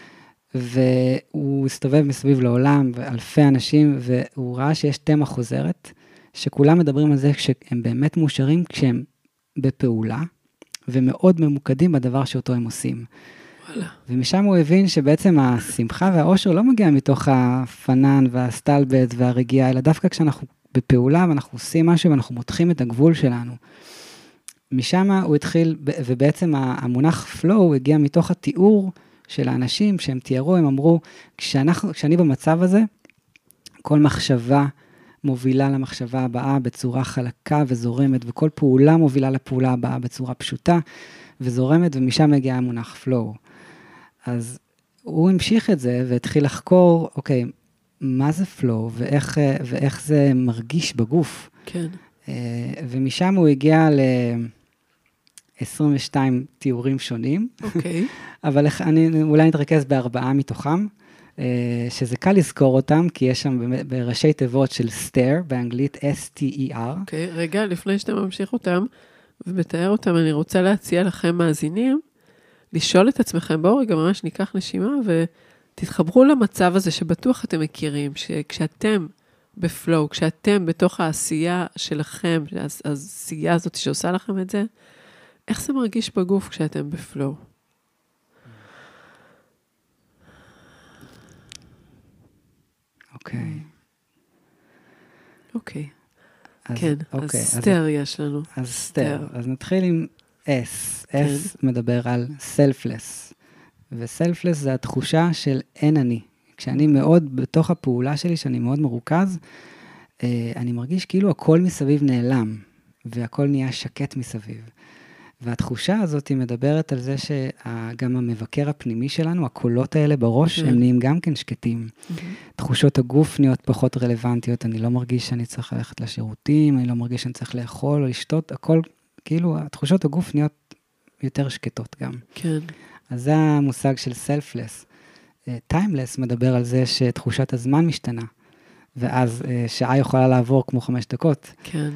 והוא הסתובב מסביב לעולם, ואלפי אנשים, והוא ראה שיש תמה חוזרת, שכולם מדברים על זה שהם באמת מאושרים, כשהם בפעולה, ומאוד ממוקדים בדבר שאותו הם עושים. ומשם הוא הבין שבעצם השמחה והאושר לא מגיע מתוך הפנן והסטלבט והרגיעה, אלא דווקא כשאנחנו בפעולה ואנחנו עושים משהו ואנחנו מותחים את הגבול שלנו. משם הוא התחיל, ובעצם המונח פלואו הגיע מתוך התיאור של האנשים שהם תיארו, הם אמרו, כשאנחנו, כשאני במצב הזה, כל מחשבה מובילה למחשבה הבאה בצורה חלקה וזורמת, וכל פעולה מובילה לפעולה הבאה בצורה פשוטה וזורמת, ומשם הגיע המונח פלואו. אז הוא המשיך את זה והתחיל לחקור, אוקיי, מה זה פלואו ואיך, ואיך זה מרגיש בגוף. כן. ומשם הוא הגיע ל-עשרים ושתיים תיאורים שונים. אוקיי. אבל אני אולי נתרכז בארבעה מתוכם, שזה קל לזכור אותם, כי יש שם בראשי תיבות של סטאר, באנגלית אס טי אי אר. אוקיי, רגע, לפני שאתה ממשיך אותם ומתאר אותם, אני רוצה להציע לכם מאזינים, לשאול את עצמכם, בואו רגע ממש ניקח נשימה, ותתחברו למצב הזה שבטוח אתם מכירים, שכשאתם בפלואו, כשאתם בתוך העשייה שלכם, העשייה הזאת שעושה לכם את זה, איך זה מרגיש בגוף כשאתם בפלואו? אוקיי. אוקיי. כן, אז סטר יש לנו. אז סטר. אז נתחיל עם S. S מדבר על selfless. ו-selfless זה התחושה של אין אני. כשאני מאוד, בתוך הפעולה שלי, שאני מאוד מרוכז, אני מרגיש כאילו הכל מסביב נעלם, והכל נהיה שקט מסביב. והתחושה הזאת היא מדברת על זה שגם המבקר הפנימי שלנו, הקולות האלה בראש, הם נהיים גם כן שקטים. תחושות הגוף נהיות פחות רלוונטיות, אני לא מרגיש שאני צריך ללכת לשירותים, אני לא מרגיש שאני צריך לאכול או לשתות, הכל, כאילו, התחושות הגוף נהיות יותר שקטות גם. כן. אז זה המושג של selfless. טיימלס מדבר על זה שתחושת הזמן משתנה, ואז שעה יכולה לעבור כמו חמש דקות. כן.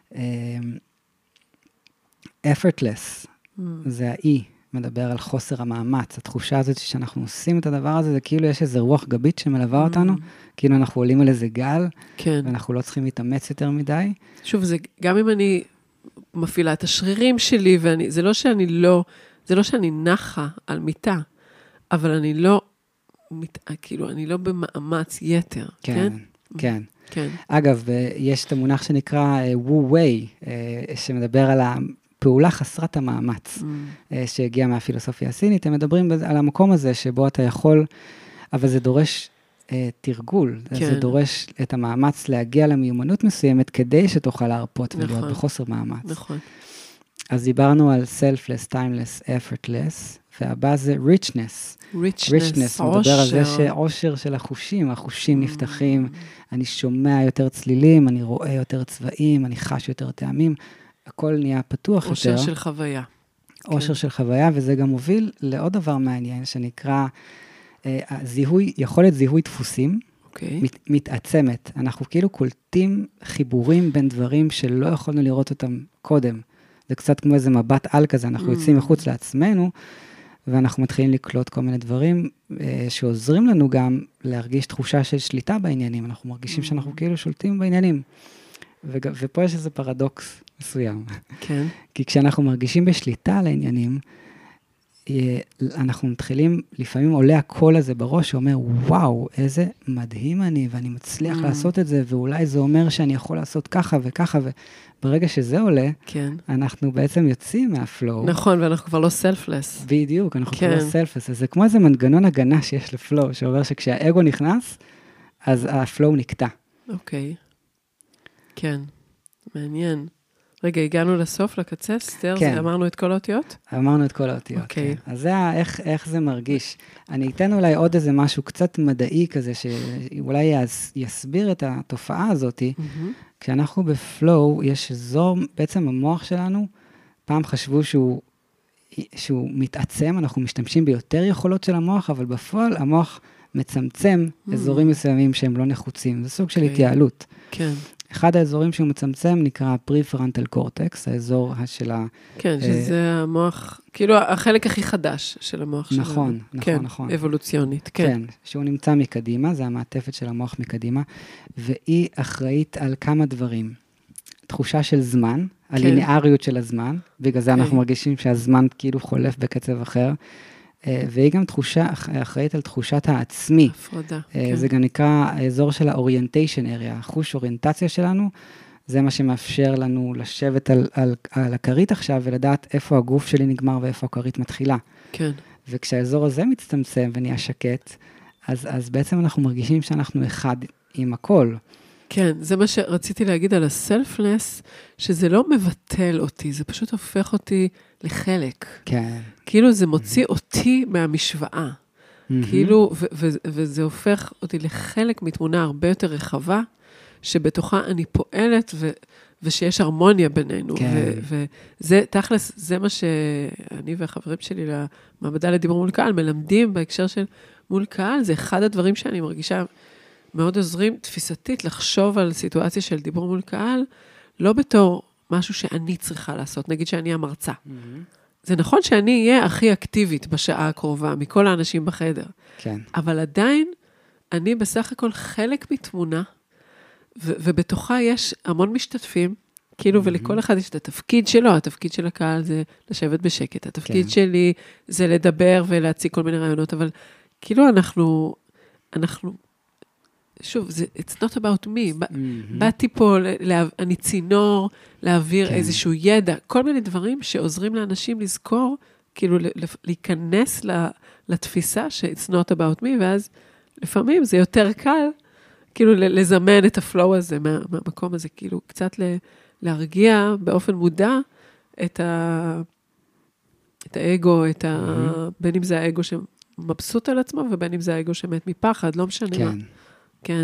effortless, mm. זה ה-E, מדבר על חוסר המאמץ. התחושה הזאת שאנחנו עושים את הדבר הזה, זה כאילו יש איזו רוח גבית שמלווה mm. אותנו, כאילו אנחנו עולים על איזה גל, כן. ואנחנו לא צריכים להתאמץ יותר מדי. שוב, זה, גם אם אני מפעילה את השרירים שלי, ואני, זה לא שאני לא, זה לא שאני נחה על מיטה, אבל אני לא, מת, כאילו, אני לא במאמץ יתר, כן? כן, כן. כן. אגב, יש את המונח שנקרא וו ווי, שמדבר על הפעולה חסרת המאמץ, mm. שהגיע מהפילוסופיה הסינית. הם מדברים על המקום הזה שבו אתה יכול, אבל זה דורש תרגול, כן. זה דורש את המאמץ להגיע למיומנות מסוימת, כדי שתוכל להרפות נכון. ולהיות בחוסר מאמץ. נכון. אז דיברנו על selfless, timeless, effortless, והבא זה richness. richness, richness מדבר על זה שעושר של החושים, החושים נפתחים, אני שומע יותר צלילים, אני רואה יותר צבעים, אני חש יותר טעמים, הכל נהיה פתוח יותר. עושר של חוויה. עושר של חוויה, וזה גם מוביל לעוד דבר מעניין, שנקרא זיהוי, יכולת זיהוי דפוסים, מת, מתעצמת. אנחנו כאילו קולטים חיבורים בין דברים שלא יכולנו לראות אותם קודם. זה קצת כמו איזה מבט על כזה, אנחנו יוצאים מחוץ לעצמנו, ואנחנו מתחילים לקלוט כל מיני דברים אה, שעוזרים לנו גם להרגיש תחושה של שליטה בעניינים. אנחנו מרגישים שאנחנו כאילו שולטים בעניינים. וג, ופה יש איזה פרדוקס מסוים. כן. כי כשאנחנו מרגישים בשליטה על העניינים, אה, אנחנו מתחילים, לפעמים עולה הקול הזה בראש, שאומר, וואו, איזה מדהים אני, ואני מצליח mm. לעשות את זה, ואולי זה אומר שאני יכול לעשות ככה וככה, וברגע שזה עולה, כן. אנחנו בעצם יוצאים מהפלואו. נכון, ואנחנו כבר לא סלפלס. בדיוק, אנחנו כן. כבר לא סלפלס. אז זה כמו איזה מנגנון הגנה שיש לפלואו, שאומר שכשהאגו נכנס, אז הפלואו נקטע. אוקיי. כן, מעניין. רגע, הגענו לסוף, לקצה, סטר, כן. זה אמרנו את כל האותיות? אמרנו את כל האותיות, אוקיי. כן. אז זה איך, איך זה מרגיש. אני אתן אולי עוד איזה משהו קצת מדעי כזה, שאולי יס, יסביר את התופעה הזאת. Mm-hmm. כשאנחנו בפלואו, יש אזור, בעצם המוח שלנו, פעם חשבו שהוא, שהוא מתעצם, אנחנו משתמשים ביותר יכולות של המוח, אבל בפועל המוח מצמצם mm-hmm. אזורים מסוימים שהם לא נחוצים. זה סוג של okay. התייעלות. כן. אחד האזורים שהוא מצמצם נקרא פריפרנטל קורטקס, האזור של ה... כן, שזה המוח, כאילו החלק הכי חדש של המוח שלנו. נכון, נכון, נכון. אבולוציונית, כן. כן, שהוא נמצא מקדימה, זה המעטפת של המוח מקדימה, והיא אחראית על כמה דברים. תחושה של זמן, הליניאריות של הזמן, בגלל זה אנחנו מרגישים שהזמן כאילו חולף בקצב אחר, והיא גם תחושה, אחראית על תחושת העצמי. הפרדה. זה גם נקרא האזור של האוריינטיישן אריה, החוש אוריינטציה שלנו, זה מה שמאפשר לנו לשבת על, על, על הכרית עכשיו, ולדעת איפה הגוף שלי נגמר ואיפה הכרית מתחילה. כן. וכשהאזור הזה מצטמצם ונהיה שקט, אז, אז בעצם אנחנו מרגישים שאנחנו אחד עם הכל. כן, זה מה שרציתי להגיד על הסלפלס, שזה לא מבטל אותי, זה פשוט הופך אותי לחלק. כן. כאילו זה מוציא אותי מהמשוואה. כאילו, ו- ו- וזה הופך אותי לחלק מתמונה הרבה יותר רחבה, שבתוכה אני פועלת, ו- ושיש הרמוניה בינינו. כן. ו- וזה, תכלס, זה מה שאני והחברים שלי למעבדה לדיבור מול קהל, מלמדים בהקשר של מול קהל, זה אחד הדברים שאני מרגישה מאוד עוזרים תפיסתית לחשוב על סיטואציה של דיבור מול קהל, לא בתור משהו שאני צריכה לעשות, נגיד שאני המרצה. Mm-hmm. זה נכון שאני אהיה הכי אקטיבית בשעה הקרובה, מכל האנשים בחדר. כן. אבל עדיין, אני בסך הכל חלק מתמונה, ו- ובתוכה יש המון משתתפים, כאילו, mm-hmm. ולכל אחד יש את התפקיד שלו, התפקיד של הקהל זה לשבת בשקט, התפקיד כן. שלי זה לדבר ולהציג כל מיני רעיונות, אבל כאילו אנחנו, אנחנו, שוב, זה, it's not about me, mm-hmm. באתי פה, לה, אני צינור, להעביר כן. איזשהו ידע, כל מיני דברים שעוזרים לאנשים לזכור, כאילו להיכנס לתפיסה ש-it's not about me, ואז לפעמים זה יותר קל, כאילו לזמן את הפלואו הזה מה, מהמקום הזה, כאילו קצת להרגיע באופן מודע את, ה, את האגו, את ה... בין אם זה האגו שמבסוט על עצמו, ובין אם זה האגו שמת מפחד, לא משנה כן. מה. כן.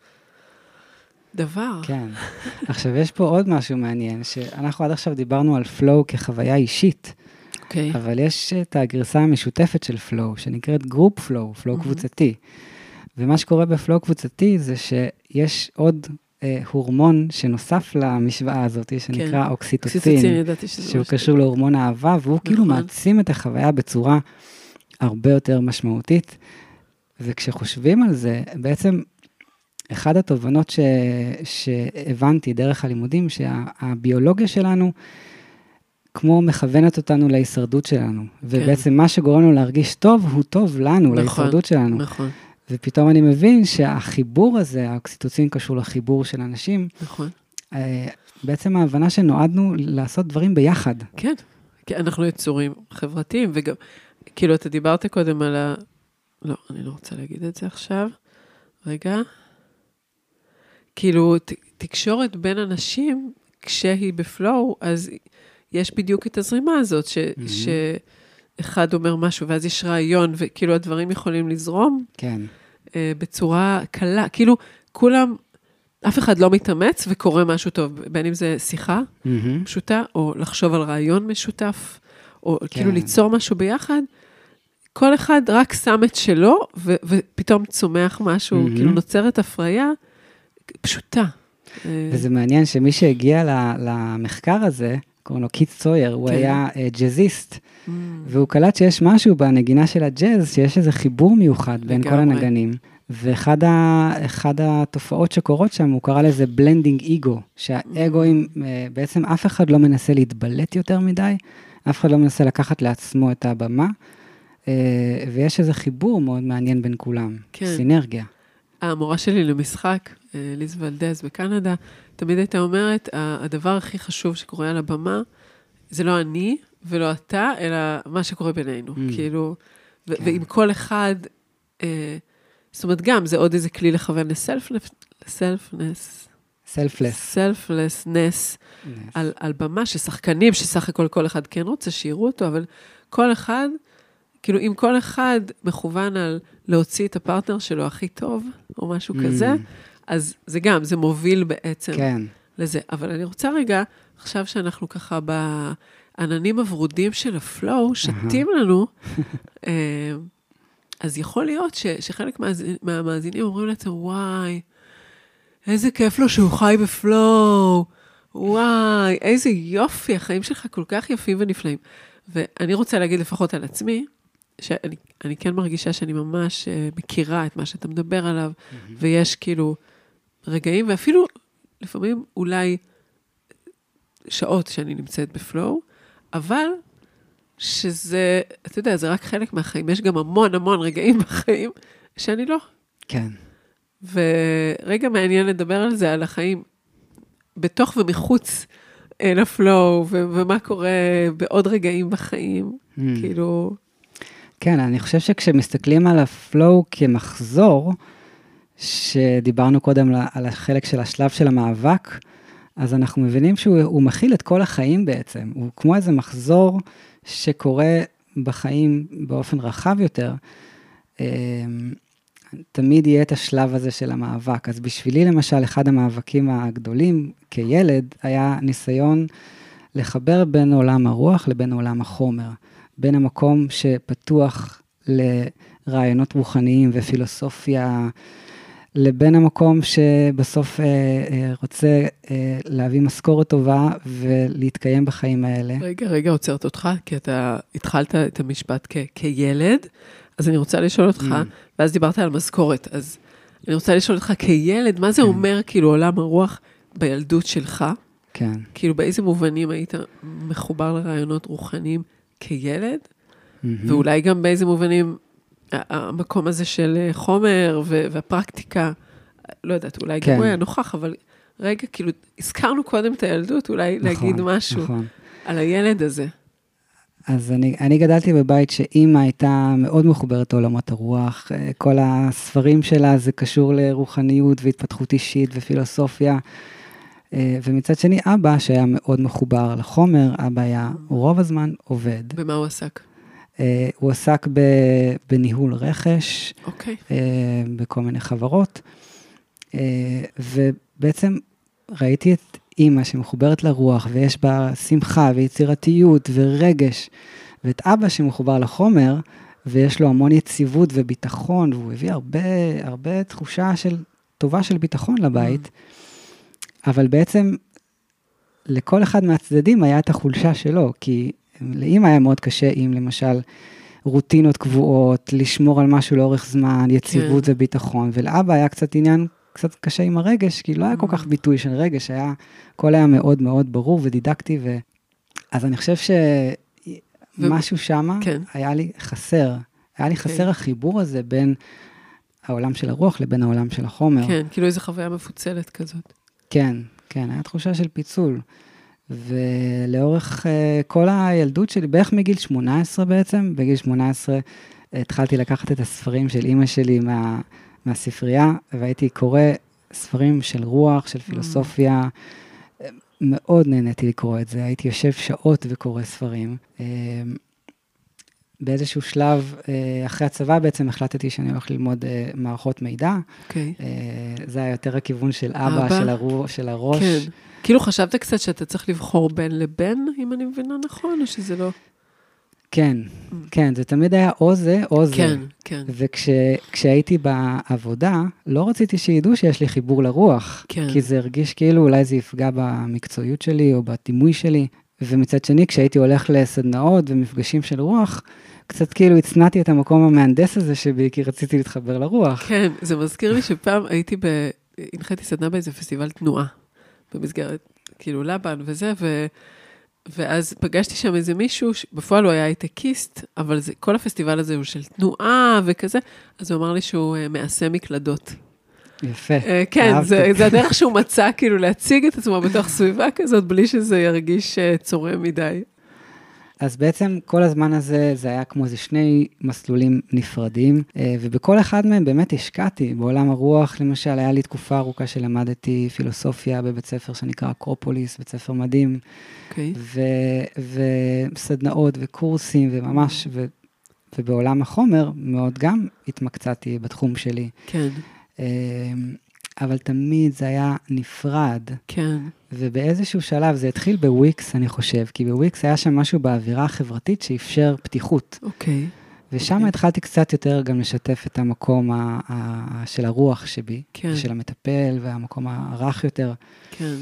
דבר. כן. עכשיו, יש פה עוד משהו מעניין, שאנחנו עד עכשיו דיברנו על פלואו כחוויה אישית, אוקיי. אבל יש את הגרסה המשותפת של פלואו, שנקראת גרופ פלואו, פלואו קבוצתי. ומה שקורה בפלואו קבוצתי, זה שיש עוד אה, הורמון שנוסף למשוואה הזאת, שנקרא כן. אוקסיטוצין, אוקסיטוצין, ידעתי שזה שהוא ממש קשור להורמון האהבה, והוא נכון. כאילו מעצים את החוויה בצורה הרבה יותר משמעותית. וכשחושבים על זה, בעצם אחד התובנות ש... שהבנתי דרך הלימודים, שהביולוגיה שלנו, כמו מכוונת אותנו להישרדות שלנו, כן. ובעצם מה שגורם לנו להרגיש טוב, הוא טוב לנו, נכון, להישרדות שלנו. נכון. ופתאום אני מבין שהחיבור הזה, האוקסיטוצין קשור לחיבור של אנשים, נכון. בעצם ההבנה שנועדנו לעשות דברים ביחד. כן, כי אנחנו יצורים חברתיים, וגם, כאילו, אתה דיברת קודם על ה... לא, אני לא רוצה להגיד את זה עכשיו. רגע. כאילו, ת, תקשורת בין אנשים, כשהיא בפלואו, אז יש בדיוק את הזרימה הזאת, ש, mm-hmm. שאחד אומר משהו, ואז יש רעיון, וכאילו הדברים יכולים לזרום. כן. אה, בצורה קלה. כאילו, כולם, אף אחד לא מתאמץ, וקורא משהו טוב, בין אם זה שיחה mm-hmm. פשוטה, או לחשוב על רעיון משותף, או כן. כאילו ליצור משהו ביחד, כל אחד רק שם את שלו, ו- ופתאום צומח משהו, mm-hmm. כאילו נוצרת הפריה, פשוטה. וזה מעניין שמי שהגיע למחקר הזה, קוראים לו קית' סויר, הוא כן. היה ג'אזיסט, mm. והוא קלט שיש משהו בנגינה של הג'אז, שיש איזה חיבור מיוחד בין כל הנגנים. ואחד התופעות שקורות שם, הוא קרא לזה בלנדינג אגו, שהאגואים, בעצם אף אחד לא מנסה להתבלט יותר מדי, אף אחד לא מנסה לקחת לעצמו את הבמה, ויש איזה חיבור מאוד מעניין בין כולם, כן. סינרגיה. המורה שלי למשחק, ליז ולדז בקנדה, תמיד הייתה אומרת, הדבר הכי חשוב שקורה על הבמה, זה לא אני ולא אתה, אלא מה שקורה בינינו. Mm. כאילו, ו- כן. ועם כל אחד, אה, זאת אומרת גם, זה עוד איזה כלי לכוון לסלפנס, לסלפנס, סלפלס. סלפלסנס, על, על במה ששחקנים, שסך הכל כל אחד כן רוצה שיראו אותו, אבל כל אחד, כאילו אם כל אחד מכוון על להוציא את הפרטנר שלו הכי טוב, או משהו mm. כזה, אז זה גם, זה מוביל בעצם כן. לזה. אבל אני רוצה רגע, עכשיו שאנחנו ככה בעננים הוורודים של הפלואו, שתים לנו, אז יכול להיות ש, שחלק מהמאזינים אומרים לעצם, וואי, איזה כיף לו שהוא חי בפלואו, וואי, איזה יופי, החיים שלך כל כך יפים ונפלאים. ואני רוצה להגיד לפחות על עצמי, שאני אני כן מרגישה שאני ממש מכירה את מה שאתה מדבר עליו, mm-hmm. ויש כאילו רגעים, ואפילו לפעמים אולי שעות שאני נמצאת בפלואו, אבל שזה, אתה יודע, זה רק חלק מהחיים, יש גם המון המון רגעים בחיים שאני לא. כן. ורגע מעניין לדבר על זה, על החיים בתוך ומחוץ לפלואו, ו- ומה קורה בעוד רגעים בחיים, mm. כאילו... כן, אני חושב שכשמסתכלים על הפלואו כמחזור, שדיברנו קודם על החלק של השלב של המאבק, אז אנחנו מבינים שהוא מכיל את כל החיים בעצם. הוא כמו איזה מחזור שקורה בחיים באופן רחב יותר. תמיד יהיה את השלב הזה של המאבק. אז בשבילי למשל, אחד המאבקים הגדולים כילד, היה ניסיון לחבר בין עולם הרוח לבין עולם החומר. בין המקום שפתוח לרעיונות רוחניים ופילוסופיה, לבין המקום שבסוף אה, אה, רוצה אה, להביא משכורת טובה ולהתקיים בחיים האלה. רגע, רגע, עוצרת אותך, כי אתה התחלת את המשפט כ- כילד, אז אני רוצה לשאול אותך, mm. ואז דיברת על משכורת, אז אני רוצה לשאול אותך כילד, מה זה כן. אומר כאילו עולם הרוח בילדות שלך? כן. כאילו באיזה מובנים היית מחובר לרעיונות רוחניים כילד? Mm-hmm. ואולי גם באיזה מובנים המקום הזה של חומר והפרקטיקה, לא יודעת, אולי כן. גם הוא היה נוכח, אבל רגע, כאילו, הזכרנו קודם את הילדות, אולי נכון, להגיד משהו נכון. על הילד הזה. אז אני, אני גדלתי בבית שאימא הייתה מאוד מחוברת לעולמות הרוח, כל הספרים שלה זה קשור לרוחניות והתפתחות אישית ופילוסופיה, ומצד שני, אבא שהיה מאוד מחובר לחומר, אבא היה רוב הזמן עובד. במה הוא עסק? הוא עסק בניהול רכש, אוקיי. בכל מיני חברות, ובעצם ראיתי את אימא שמחוברת לרוח, ויש בה שמחה ויצירתיות ורגש, ואת אבא שמחובר לחומר, ויש לו המון יציבות וביטחון, והוא הביא הרבה, הרבה תחושה של, טובה של ביטחון לבית, אבל בעצם לכל אחד מהצדדים היה את החולשה שלו, כי לאמא היה מאוד קשה אם למשל רוטינות קבועות, לשמור על משהו לאורך זמן, יציבות כן. וביטחון, ולאבא היה קצת עניין, קצת קשה עם הרגש, כי לא היה כל כך ביטוי של רגש, היה, הכל היה מאוד מאוד ברור ודידקטי, ו... אז אני חושב שמשהו שמה כן. היה לי חסר, היה לי חסר okay. החיבור הזה בין העולם של הרוח לבין העולם של החומר. כן, כאילו איזו חוויה מפוצלת כזאת. כן, כן, היה תחושה של פיצול. ולאורך uh, כל הילדות שלי, בערך מגיל שמונה עשרה בעצם, בגיל שמונה עשרה התחלתי לקחת את הספרים של אמא שלי מה, מהספרייה, והייתי קורא ספרים של רוח, של פילוסופיה, mm. מאוד נהניתי לקרוא את זה, הייתי יושב שעות וקורא ספרים. Uh, באיזשהו שלב, אחרי הצבא בעצם החלטתי שאני הולך ללמוד מערכות מידע. אוקיי. זה היה יותר הכיוון של אבא, של הרוח, של הראש. כן. כאילו חשבת קצת שאתה צריך לבחור בין לבין, אם אני מבינה נכון, או שזה לא? כן, כן, זה תמיד היה או זה, או זה. כן, כן. וכשהייתי בעבודה, לא רציתי שידעו שיש לי חיבור לרוח. כן. כי זה הרגיש כאילו אולי זה יפגע במקצועיות שלי, או בדימוי שלי. ומצד שני, כשהייתי הולך לסדנאות ומפגשים של רוח, קצת כאילו הצנעתי את המקום המהנדס הזה שבי, כי רציתי להתחבר לרוח. כן, זה מזכיר לי שפעם הייתי ב... הנחיתי סדנה באיזה פסטיבל תנועה, במסגרת, כאילו לבן וזה, ו... ואז פגשתי שם איזה מישהו, בפועל הוא היה הייטקיסט, אבל זה, כל הפסטיבל הזה הוא של תנועה וכזה, אז הוא אמר לי שהוא מעשה מקלדות. יפה. כן, זה, זה הדרך שהוא מצא, כאילו, להציג את עצמו בתוך סביבה כזאת, בלי שזה ירגיש צורם מדי. אז בעצם כל הזמן הזה, זה היה כמו איזה שני מסלולים נפרדים, ובכל אחד מהם באמת השקעתי. בעולם הרוח, למשל, היה לי תקופה ארוכה שלמדתי פילוסופיה בבית ספר שנקרא אקרופוליס, בית ספר מדהים, okay. ו- וסדנאות וקורסים, וממש, ו- ובעולם החומר מאוד גם התמקצעתי בתחום שלי. כן. אבל תמיד זה היה נפרד. כן. ובאיזשהו שלב זה התחיל בוויקס, אני חושב, כי בוויקס היה שם משהו באווירה החברתית שאפשר פתיחות. אוקיי. ושם okay. התחלתי קצת יותר גם לשתף את המקום ה- ה- של הרוח שבי, כן. של המטפל והמקום הרך יותר. כן.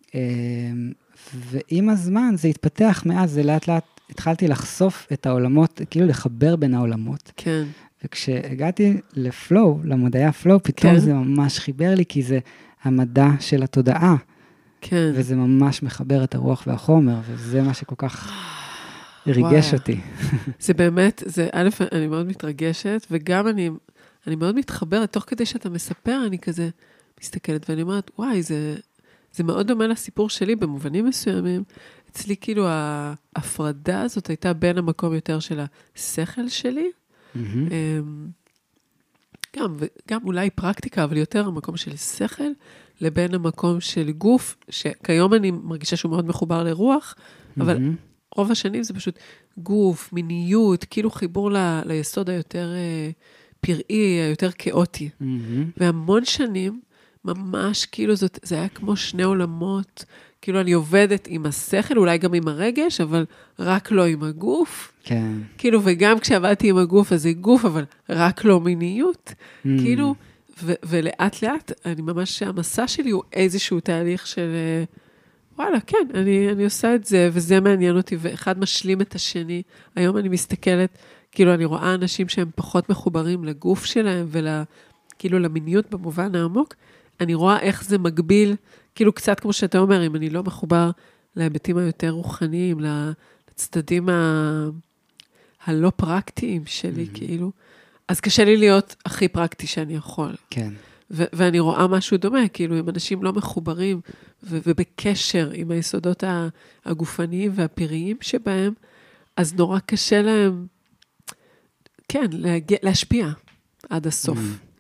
ועם הזמן זה התפתח מאז, זה לאט לאט התחלתי לחשוף את העולמות, כאילו לחבר בין העולמות. כן. וכשהגעתי לפלואו, למדעי הפלואו, פתאום כן. זה ממש חיבר לי, כי זה המדע של התודעה. כן. וזה ממש מחבר את הרוח והחומר, וזה מה שכל כך ריגש וואי. אותי. זה באמת, זה, א', אני מאוד מתרגשת, וגם אני, אני מאוד מתחברת, תוך כדי שאתה מספר, אני כזה מסתכלת, ואני אומרת, וואי, זה, זה מאוד דומה לסיפור שלי, במובנים מסוימים. אצלי כאילו ההפרדה הזאת הייתה בין המקום יותר של השכל שלי, Mm-hmm. גם, וגם אולי פרקטיקה, אבל יותר המקום של שכל, לבין המקום של גוף, שכיום אני מרגישה שהוא מאוד מחובר לרוח, mm-hmm. אבל רוב השנים זה פשוט גוף, מיניות, כאילו חיבור ל, ליסוד היותר פראי, היותר כאוטי. Mm-hmm. והמון שנים, ממש כאילו זאת, זה היה כמו שני עולמות, כאילו אני עובדת עם השכל, אולי גם עם הרגש, אבל רק לא עם הגוף. כן. כאילו, וגם כשעבדתי עם הגוף, אז זה גוף, אבל רק לא מיניות. Mm. כאילו, ו- ולאט לאט, אני ממש, המסע שלי הוא איזשהו תהליך של, וואלה, כן, אני, אני עושה את זה, וזה מעניין אותי, ואחד משלים את השני. היום אני מסתכלת, כאילו, אני רואה אנשים שהם פחות מחוברים לגוף שלהם, וכאילו למיניות במובן העמוק, אני רואה איך זה מגביל, כאילו קצת כמו שאתה אומר, אם אני לא מחובר להיבטים היותר רוחניים, לצדדים ה... הלא פרקטיים שלי, mm-hmm. כאילו, אז קשה לי להיות הכי פרקטי שאני יכול. כן. ו- ואני רואה משהו דומה, כאילו, אם אנשים לא מחוברים, ו- ובקשר עם היסודות הגופניים והפיריים שבהם, אז נורא קשה להם, כן, להגיע, להשפיע עד הסוף. Mm-hmm.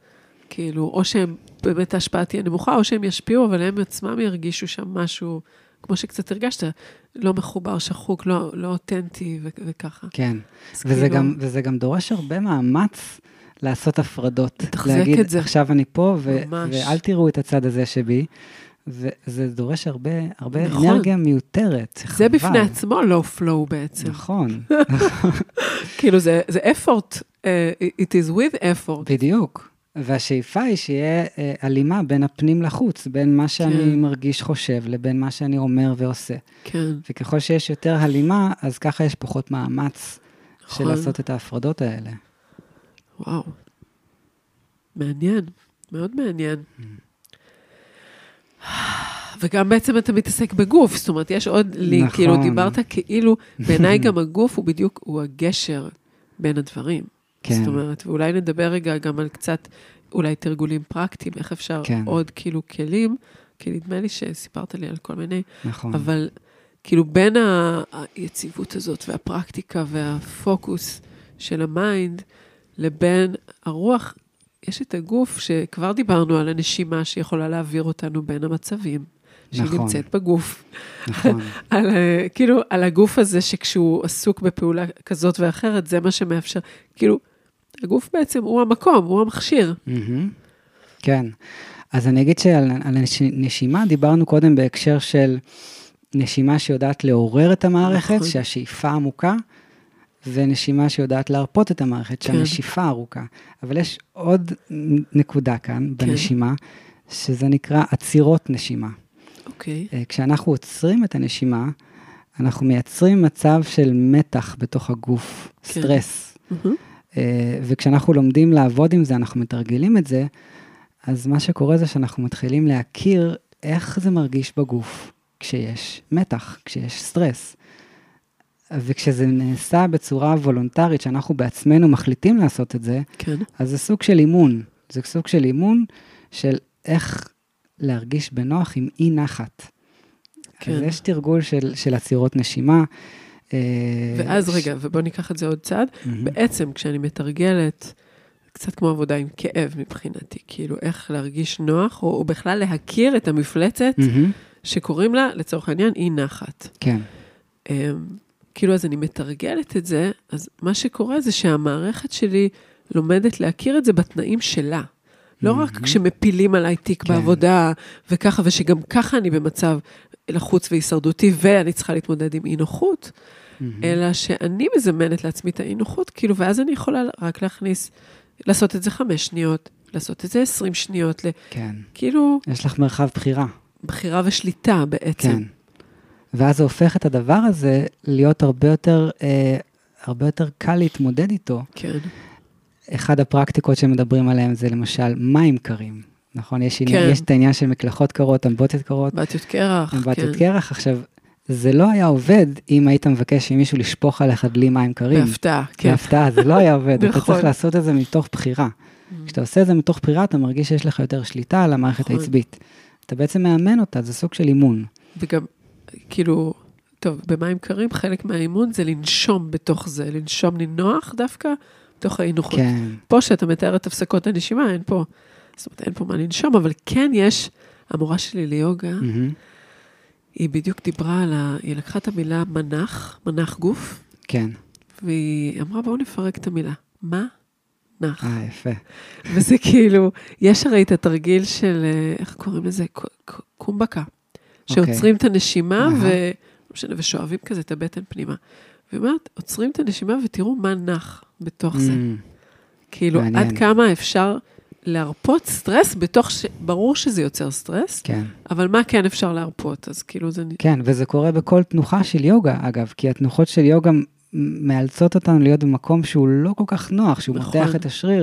כאילו, או שהם באמת ההשפעה תהיה נמוכה, או שהם ישפיעו, אבל הם עצמם ירגישו שם משהו, כמו שקצת הרגשת, לא מחובר, שחוק, לא, לא אותנטי ו- וככה. כן, וזה, כאילו... גם, וזה גם דורש הרבה מאמץ לעשות הפרדות. תחזק את זה. עכשיו אני פה, ו- ואל תראו את הצד הזה שבי, וזה דורש הרבה, הרבה נכון. אנרגיה מיותרת. זה בפני עצמו לא flow בעצם. נכון. כאילו זה, זה effort, uh, it is with effort. בדיוק. והשאיפה היא שיהיה uh, הלימה בין הפנים לחוץ, בין מה שאני כן. מרגיש חושב, לבין מה שאני אומר ועושה. כן. וככל שיש יותר הלימה, אז ככה יש פחות מאמץ נכון. של לעשות את ההפרדות האלה. וואו. מעניין. מאוד מעניין. Mm. וגם בעצם אתה מתעסק בגוף, זאת אומרת, יש עוד לי, נכון. כאילו דיברת כאילו, בעיניי גם הגוף הוא בדיוק, הוא הגשר בין הדברים. כן. זאת אומרת, ואולי נדבר רגע גם על קצת, אולי תרגולים פרקטיים, איך אפשר כן. עוד כאילו כלים, כי נדמה לי שסיפרת לי על כל מיני, נכון. אבל כאילו בין היציבות הזאת והפרקטיקה והפוקוס של המיינד, לבין הרוח, יש את הגוף שכבר דיברנו על הנשימה שיכולה להעביר אותנו בין המצבים, שהיא נכון. נמצאת בגוף. נכון. על, כאילו, על הגוף הזה שכשהוא עסוק בפעולה כזאת ואחרת, זה מה שמאפשר, כאילו, הגוף בעצם הוא המקום, הוא המכשיר. כן. אז אני אגיד שעל על נשימה דיברנו קודם בהקשר של נשימה שיודעת לעורר את המערכת, נכון. שהשאיפה עמוקה, ונשימה שיודעת להרפות את המערכת, כן. שהנשיפה ארוכה. אבל יש עוד נקודה כאן, כן. בנשימה, שזה נקרא עצירות נשימה. אוקיי. כשאנחנו עוצרים את הנשימה, אנחנו מייצרים מצב של מתח בתוך הגוף, כן. סטרס. Mm-hmm. וכשאנחנו לומדים לעבוד עם זה, אנחנו מתרגלים את זה, אז מה שקורה זה שאנחנו מתחילים להכיר איך זה מרגיש בגוף, כשיש מתח, כשיש סטרס. וכשזה נעשה בצורה וולונטרית, שאנחנו בעצמנו מחליטים לעשות את זה, כן. אז זה סוג של אימון. זה סוג של אימון של איך להרגיש בנוח עם אי נחת. כן. אז יש תרגול של, של עצירות נשימה. ואז ש... רגע, ובוא ניקח את זה עוד צעד. Mm-hmm. בעצם כשאני מתרגלת, קצת כמו עבודה עם כאב מבחינתי, כאילו איך להרגיש נוח, או, או בכלל להכיר את המפלצת, mm-hmm. שקוראים לה, לצורך העניין, אי נחת. כן. Um, כאילו, אז אני מתרגלת את זה, אז מה שקורה זה שהמערכת שלי לומדת להכיר את זה בתנאים שלה. לא רק כשמפילים עליי תיק בעבודה, וככה, ושגם ככה אני במצב לחוץ והישרדותי, ואני צריכה להתמודד עם אי נוחות, אלא שאני מזמנת לעצמי את האי נוחות, כאילו, ואז אני יכולה רק להכניס, לעשות את זה חמש שניות, לעשות את זה עשרים שניות, כן. כאילו... יש לך מרחב בחירה. בחירה ושליטה בעצם. כן. ואז זה הופך את הדבר הזה להיות הרבה יותר, אה, הרבה יותר קל להתמודד איתו. כן. אחד הפרקטיקות שמדברים עליהם זה למשל מים קרים. נכון? יש, כן. עניין, יש את העניין של מקלחות קרות, אמבטיות קרות. אמבטיות קרח. אמבטיות כן. קרח. עכשיו, זה לא היה עובד אם היית מבקש ממישהו לשפוך עליך דלי מים קרים. בהפתעה, כן. בהפתעה, זה לא היה עובד. אתה צריך לעשות את זה מתוך בחירה. כשאתה עושה את זה מתוך בחירה, אתה מרגיש שיש לך יותר שליטה על המערכת העצבית. אתה בעצם מאמן אותה, זה סוג של אימון. וגם, כאילו, טוב, במים קרים, חלק מהאימון זה לנשום בתוך זה, לנשום נינוח דווקא, בתוך האי-נוחות. כן. פה שאתה מתאר את הפסקות הנשימה, אין פה, זאת אומרת, אין פה מה לנשום, אבל כן יש, המורה שלי ליוגה, mm-hmm. היא בדיוק דיברה על ה... היא לקחה את המילה מנח, מנח גוף. כן. והיא אמרה, בואו נפרק את המילה. מה? נח. אה, יפה. וזה כאילו, יש הרי את התרגיל של, איך קוראים לזה? קומבקה. שעוצרים את הנשימה, ו... ושואבים כזה את הבטן פנימה. ואומרת, עוצרים את הנשימה ותראו מה נח בתוך זה. כאילו, עד כמה אפשר להרפות סטרס, בתוך ש... ברור שזה יוצר סטרס, כן. אבל מה כן אפשר להרפות? אז כאילו זה... כן, וזה קורה בכל תנוחה של יוגה, אגב, כי התנוחות של יוגה מאלצות אותנו להיות במקום שהוא לא כל כך נוח, שהוא נכון. מותח את השריר.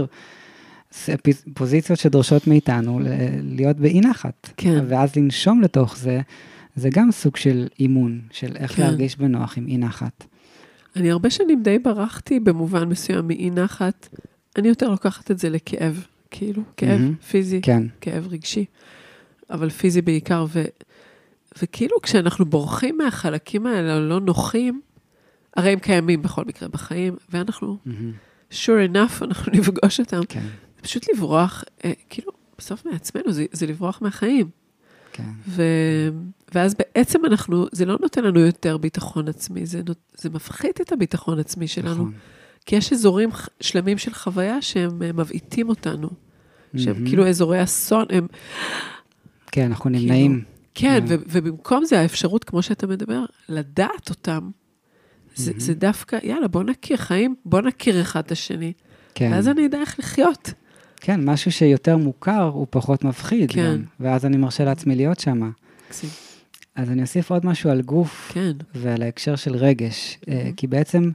פוזיציות שדורשות מאיתנו להיות באי נחת. כן. ואז לנשום לתוך זה, זה גם סוג של אימון, של איך כן. להרגיש בנוח עם אי נחת. אני הרבה שנים די ברחתי במובן מסוים מאי נחת, אני יותר לוקחת את זה לכאב, כאילו, כאב mm-hmm. פיזי, כן. כאב רגשי, אבל פיזי בעיקר, ו, וכאילו כשאנחנו בורחים מהחלקים האלה, לא נוחים, הרי הם קיימים בכל מקרה בחיים, ואנחנו, mm-hmm. sure enough, אנחנו נפגוש אותם. כן. פשוט לברוח, אה, כאילו, בסוף מעצמנו, זה, זה לברוח מהחיים. כן. ו, ואז בעצם אנחנו, זה לא נותן לנו יותר ביטחון עצמי, זה, נות, זה מפחית את הביטחון עצמי שלנו. נכון. כי יש אזורים שלמים של חוויה שהם מבעיטים אותנו. שהם mm-hmm. כאילו אזורי אסון, הם... כן, אנחנו נמנעים. כאילו, כן, ו, ובמקום זה האפשרות, כמו שאתה מדבר, לדעת אותם, זה, mm-hmm. זה דווקא, יאללה, בוא נכיר חיים, בוא נכיר אחד את השני. כן. ואז אני יודע איך לחיות. כן, משהו שיותר מוכר, הוא פחות מפחיד. כן. גם, ואז אני מרשה לעצמי להיות שם. קסים. אז אני אוסיף עוד משהו על גוף, כן. ועל ההקשר של רגש. Mm-hmm. כי בעצם,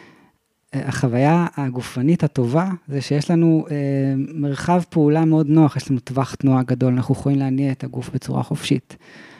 החוויה הגופנית הטובה, זה שיש לנו אה, מרחב פעולה מאוד נוח, יש לנו טווח תנועה גדול, אנחנו יכולים להניע את הגוף בצורה חופשית.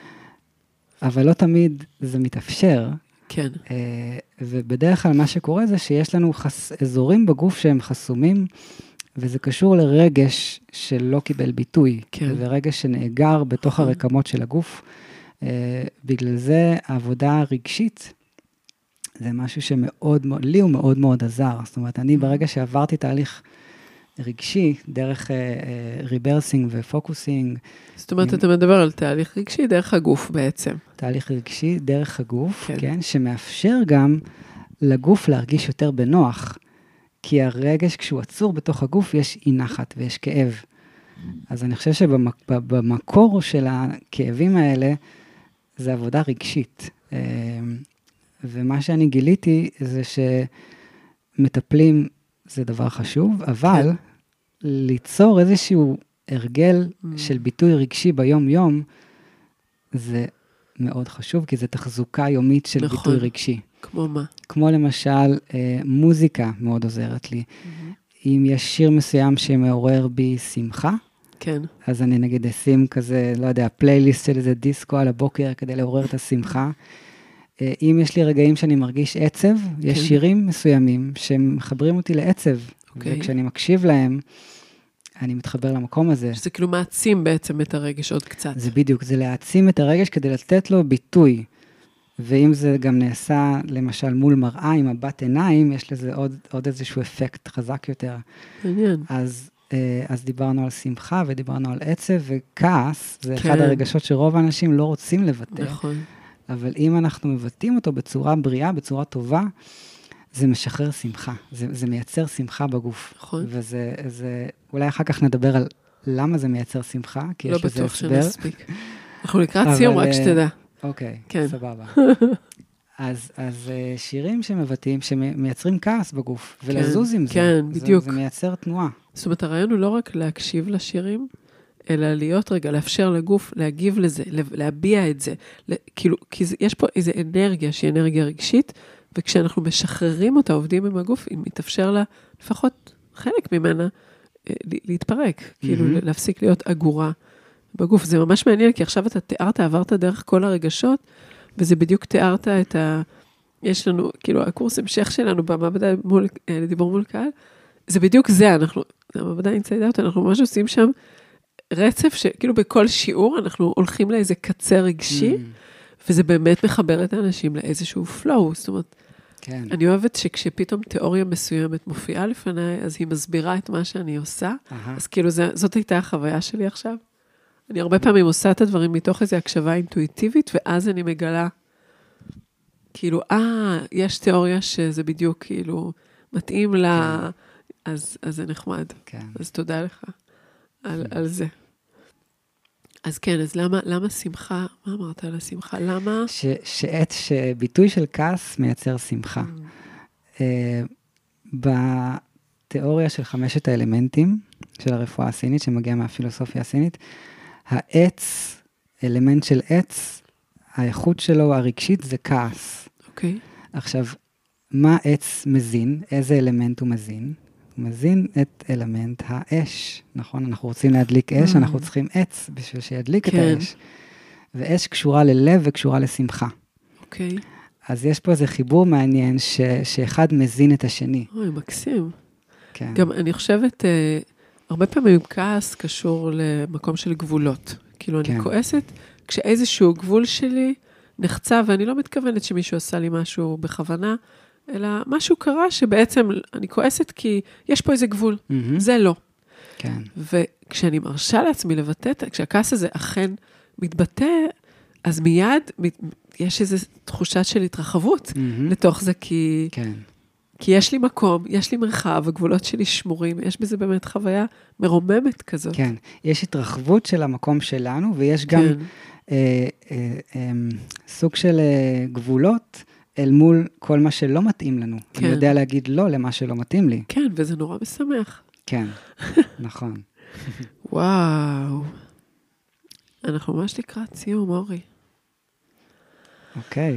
אבל לא תמיד זה מתאפשר. כן. אה, ובדרך כלל מה שקורה זה שיש לנו חס, אזורים בגוף שהם חסומים, וזה קשור לרגש שלא קיבל ביטוי, כן. ורגש שנאגר בתוך הרקמות של הגוף. אה, בגלל זה העבודה הרגשית, זה משהו שמאוד, לי הוא מאוד מאוד עזר. זאת אומרת, אני ברגע שעברתי תהליך רגשי, דרך ריברסינג ופוקוסינג. זאת אומרת, אתה מדבר על תהליך רגשי דרך הגוף בעצם. תהליך רגשי דרך הגוף, כן, שמאפשר גם לגוף להרגיש יותר בנוח, כי הרגש כשהוא עצור בתוך הגוף יש אי נחת ויש כאב. אז אני חושב שבמקור של הכאבים האלה, זה עבודה רגשית. ומה שאני גיליתי זה שמטפלים זה דבר חשוב, אבל כן. ליצור איזשהו הרגל mm. של ביטוי רגשי ביום-יום, זה מאוד חשוב, כי זה תחזוקה יומית של נכון. ביטוי רגשי. כמו מה? כמו למשל, אה, מוזיקה מאוד עוזרת לי. Mm-hmm. אם יש שיר מסוים שמעורר בי שמחה, כן. אז אני נגיד אשים כזה, לא יודע, פלייליסט של איזה דיסקו על הבוקר כדי לעורר את השמחה. אם יש לי רגעים שאני מרגיש עצב, כן. יש שירים מסוימים שמחברים אותי לעצב, אוקיי. וכשאני מקשיב להם, אני מתחבר למקום הזה. שזה כאילו מעצים בעצם את הרגש עוד קצת. זה בדיוק, זה להעצים את הרגש כדי לתת לו ביטוי. ואם זה גם נעשה, למשל, מול מראה עם מבט עיניים, יש לזה עוד, עוד איזשהו אפקט חזק יותר. מעניין. אז, אז דיברנו על שמחה ודיברנו על עצב וכעס, זה כן. אחד הרגשות שרוב האנשים לא רוצים לבטא. נכון. אבל אם אנחנו מבטאים אותו בצורה בריאה, בצורה טובה, זה משחרר שמחה. זה, זה מייצר שמחה בגוף. נכון. וזה, זה, אולי אחר כך נדבר על למה זה מייצר שמחה, כי לא יש לזה הסבר. לא בטוח שנספיק. אנחנו לקראת סיום, רק שתדע. אוקיי, כן. סבבה. אז, אז שירים שמבטאים, שמייצרים כעס בגוף, ולזוז עם זה. כן, בדיוק. זה, זה מייצר תנועה. זאת אומרת, הרעיון הוא לא רק להקשיב לשירים, אלא להיות רגע, לאפשר לגוף, להגיב לזה, להביע את זה. כאילו, כי יש פה איזו אנרגיה, שהיא אנרגיה רגשית, וכשאנחנו משחררים אותה, עובדים עם הגוף, אם מתאפשר לה, לפחות חלק ממנה, להתפרק, כאילו, להפסיק להיות אגורה בגוף. זה ממש מעניין, כי עכשיו אתה תיארת, עברת דרך כל הרגשות, וזה בדיוק תיארת את ה... יש לנו, כאילו, הקורס המשך שלנו במעבדה מול, לדיבור מול קהל, זה בדיוק זה, אנחנו, המעבדה אינסייד אאוט, אנחנו ממש עושים שם רצף שכאילו בכל שיעור אנחנו הולכים לאיזה קצה רגשי, mm. וזה באמת מחבר את האנשים לאיזשהו flow, זאת אומרת, כן. אני אוהבת שכשפתאום תיאוריה מסוימת מופיעה לפניי, אז היא מסבירה את מה שאני עושה, uh-huh. אז כאילו זה, זאת הייתה החוויה שלי עכשיו. אני הרבה פעמים עושה את הדברים מתוך איזו הקשבה אינטואיטיבית, ואז אני מגלה, כאילו, אה, יש תיאוריה שזה בדיוק כאילו מתאים לה, כן. אז, אז זה נחמד. כן. אז תודה לך על, על זה. אז כן, אז למה, למה שמחה, מה אמרת על השמחה? למה? ש, שעת, שביטוי של כעס מייצר שמחה. Mm. Uh, בתיאוריה של חמשת האלמנטים של הרפואה הסינית, שמגיעה מהפילוסופיה הסינית, העץ, אלמנט של עץ, האיכות שלו הרגשית זה כעס. אוקיי. Okay. עכשיו, מה עץ מזין? איזה אלמנט הוא מזין? הוא מזין את אלמנט האש, נכון? אנחנו רוצים להדליק אש, mm. אנחנו צריכים עץ בשביל שידליק כן. את האש. ואש קשורה ללב וקשורה לשמחה. אוקיי. Okay. אז יש פה איזה חיבור מעניין ש, שאחד מזין את השני. אוי, מקסים. כן. גם אני חושבת, אה, הרבה פעמים כעס קשור למקום של גבולות. כאילו כן. אני כועסת, כשאיזשהו גבול שלי נחצה, ואני לא מתכוונת שמישהו עשה לי משהו בכוונה, אלא משהו קרה שבעצם אני כועסת כי יש פה איזה גבול. Mm-hmm. זה לא. כן. וכשאני מרשה לעצמי לבטא, כשהכעס הזה אכן מתבטא, אז מיד יש איזו תחושה של התרחבות mm-hmm. לתוך זה, כי, כן. כי יש לי מקום, יש לי מרחב, הגבולות שלי שמורים, יש בזה באמת חוויה מרוממת כזאת. כן, יש התרחבות של המקום שלנו, ויש גם כן. אה, אה, אה, סוג של אה, גבולות, אל מול כל מה שלא מתאים לנו. כן. אני יודע להגיד לא למה שלא מתאים לי. כן, וזה נורא משמח. כן, נכון. וואו. אנחנו ממש לקראת סיום, אורי. אוקיי.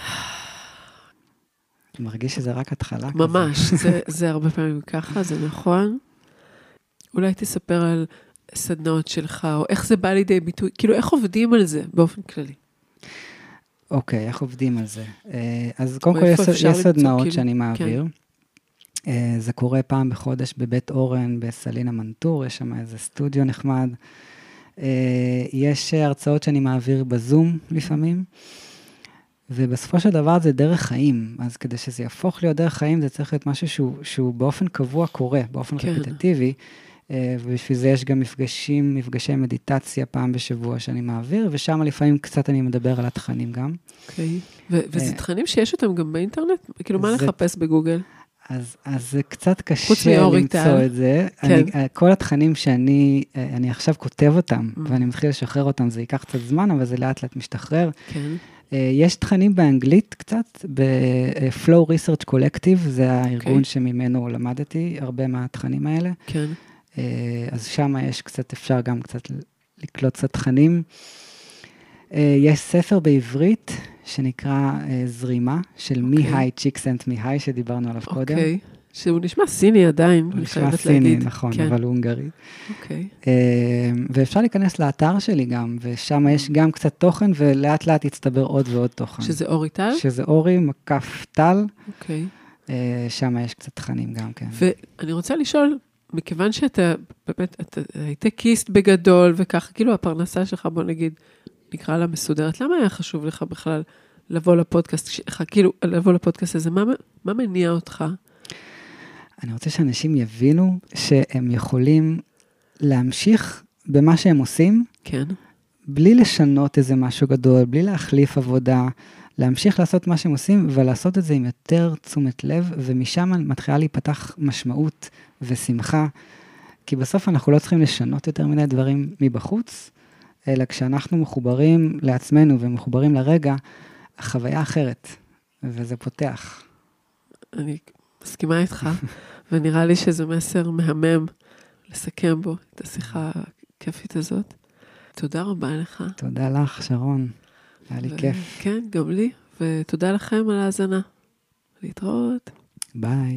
אני מרגיש שזה רק התחלה. ממש, זה, זה הרבה פעמים ככה, זה נכון. אולי תספר על סדנאות שלך, או איך זה בא לידי ביטוי, כאילו איך עובדים על זה באופן כללי. אוקיי, איך עובדים על זה? אז קודם כל יש סדנאות שאני מעביר. זה קורה פעם בחודש בבית אורן, בסלינה מנטור, יש שם איזה סטודיו נחמד. יש הרצאות שאני מעביר בזום לפעמים, ובסופו של דבר זה דרך חיים. אז כדי שזה יהפוך להיות דרך חיים, זה צריך להיות משהו שהוא, שהוא באופן קבוע קורה, באופן כן. רפטטיבי, ובשביל זה יש גם מפגשים, מפגשי מדיטציה פעם בשבוע שאני מעביר, ושם לפעמים קצת אני מדבר על התכנים גם. אוקיי, ו- וזה תכנים שיש אותם גם באינטרנט? כאילו מה זה... לחפש בגוגל? אז, אז זה קצת קשה למצוא את זה. כן. אני, כל התכנים שאני אני עכשיו כותב אותם, mm. ואני מתחיל לשחרר אותם, זה ייקח קצת זמן, אבל זה לאט לאט משתחרר. כן. יש תכנים באנגלית קצת, ב-Flow Research Collective, זה הארגון okay. שממנו למדתי, הרבה מהתכנים האלה. כן. אז שם יש קצת, אפשר גם קצת לקלוט קצת תכנים. יש ספר בעברית, שנקרא זרימה, של מי-היי, צ'יקסנט מי-היי, שדיברנו עליו קודם. אוקיי, שהוא נשמע סיני עדיין, הוא נשמע סיני, נכון, אבל הוא הונגרי. אוקיי. ואפשר להיכנס לאתר שלי גם, ושם יש גם קצת תוכן, ולאט לאט יצטבר עוד ועוד תוכן. שזה אורי טל? שזה אורי, מקף טל. אוקיי. שם יש קצת תכנים גם, כן. ואני רוצה לשאול, מכיוון שאתה באמת, אתה הייטקיסט בגדול, וככה, כאילו הפרנסה שלך, בוא נגיד, נקרא לה מסודרת, למה היה חשוב לך בכלל לבוא לפודקאסט, כאילו, לבוא לפודקאסט הזה, מה, מה מניע אותך? אני רוצה שאנשים יבינו שהם יכולים להמשיך במה שהם עושים, כן. בלי לשנות איזה משהו גדול, בלי להחליף עבודה, להמשיך לעשות מה שהם עושים, ולעשות את זה עם יותר תשומת לב, ומשם מתחילה להיפתח משמעות ושמחה, כי בסוף אנחנו לא צריכים לשנות יותר מיני דברים מבחוץ, אלא כשאנחנו מחוברים לעצמנו ומחוברים לרגע, החוויה אחרת, וזה פותח. אני מסכימה איתך, ונראה לי שזה מסר מהמם לסכם בו את השיחה הכיפית הזאת. תודה רבה לך. תודה לך, שרון. היה לי ו- כיף. כן, גם לי, ותודה לכם על ההאזנה. להתראות. ביי.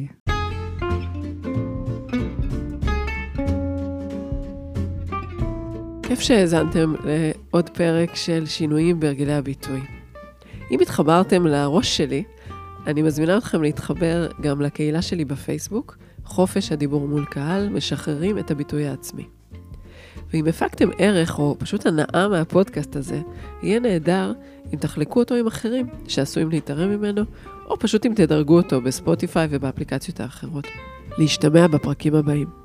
כיף שהאזנתם לעוד פרק של שינויים בהרגלי הביטוי. אם התחברתם לראש שלי, אני מזמינה אתכם להתחבר גם לקהילה שלי בפייסבוק, חופש הדיבור מול קהל, משחררים את הביטוי העצמי. ואם הפקתם ערך או פשוט הנאה מהפודקאסט הזה, יהיה נהדר אם תחלקו אותו עם אחרים שעשויים להתערם ממנו, או פשוט אם תדרגו אותו בספוטיפיי ובאפליקציות האחרות. להשתמע בפרקים הבאים.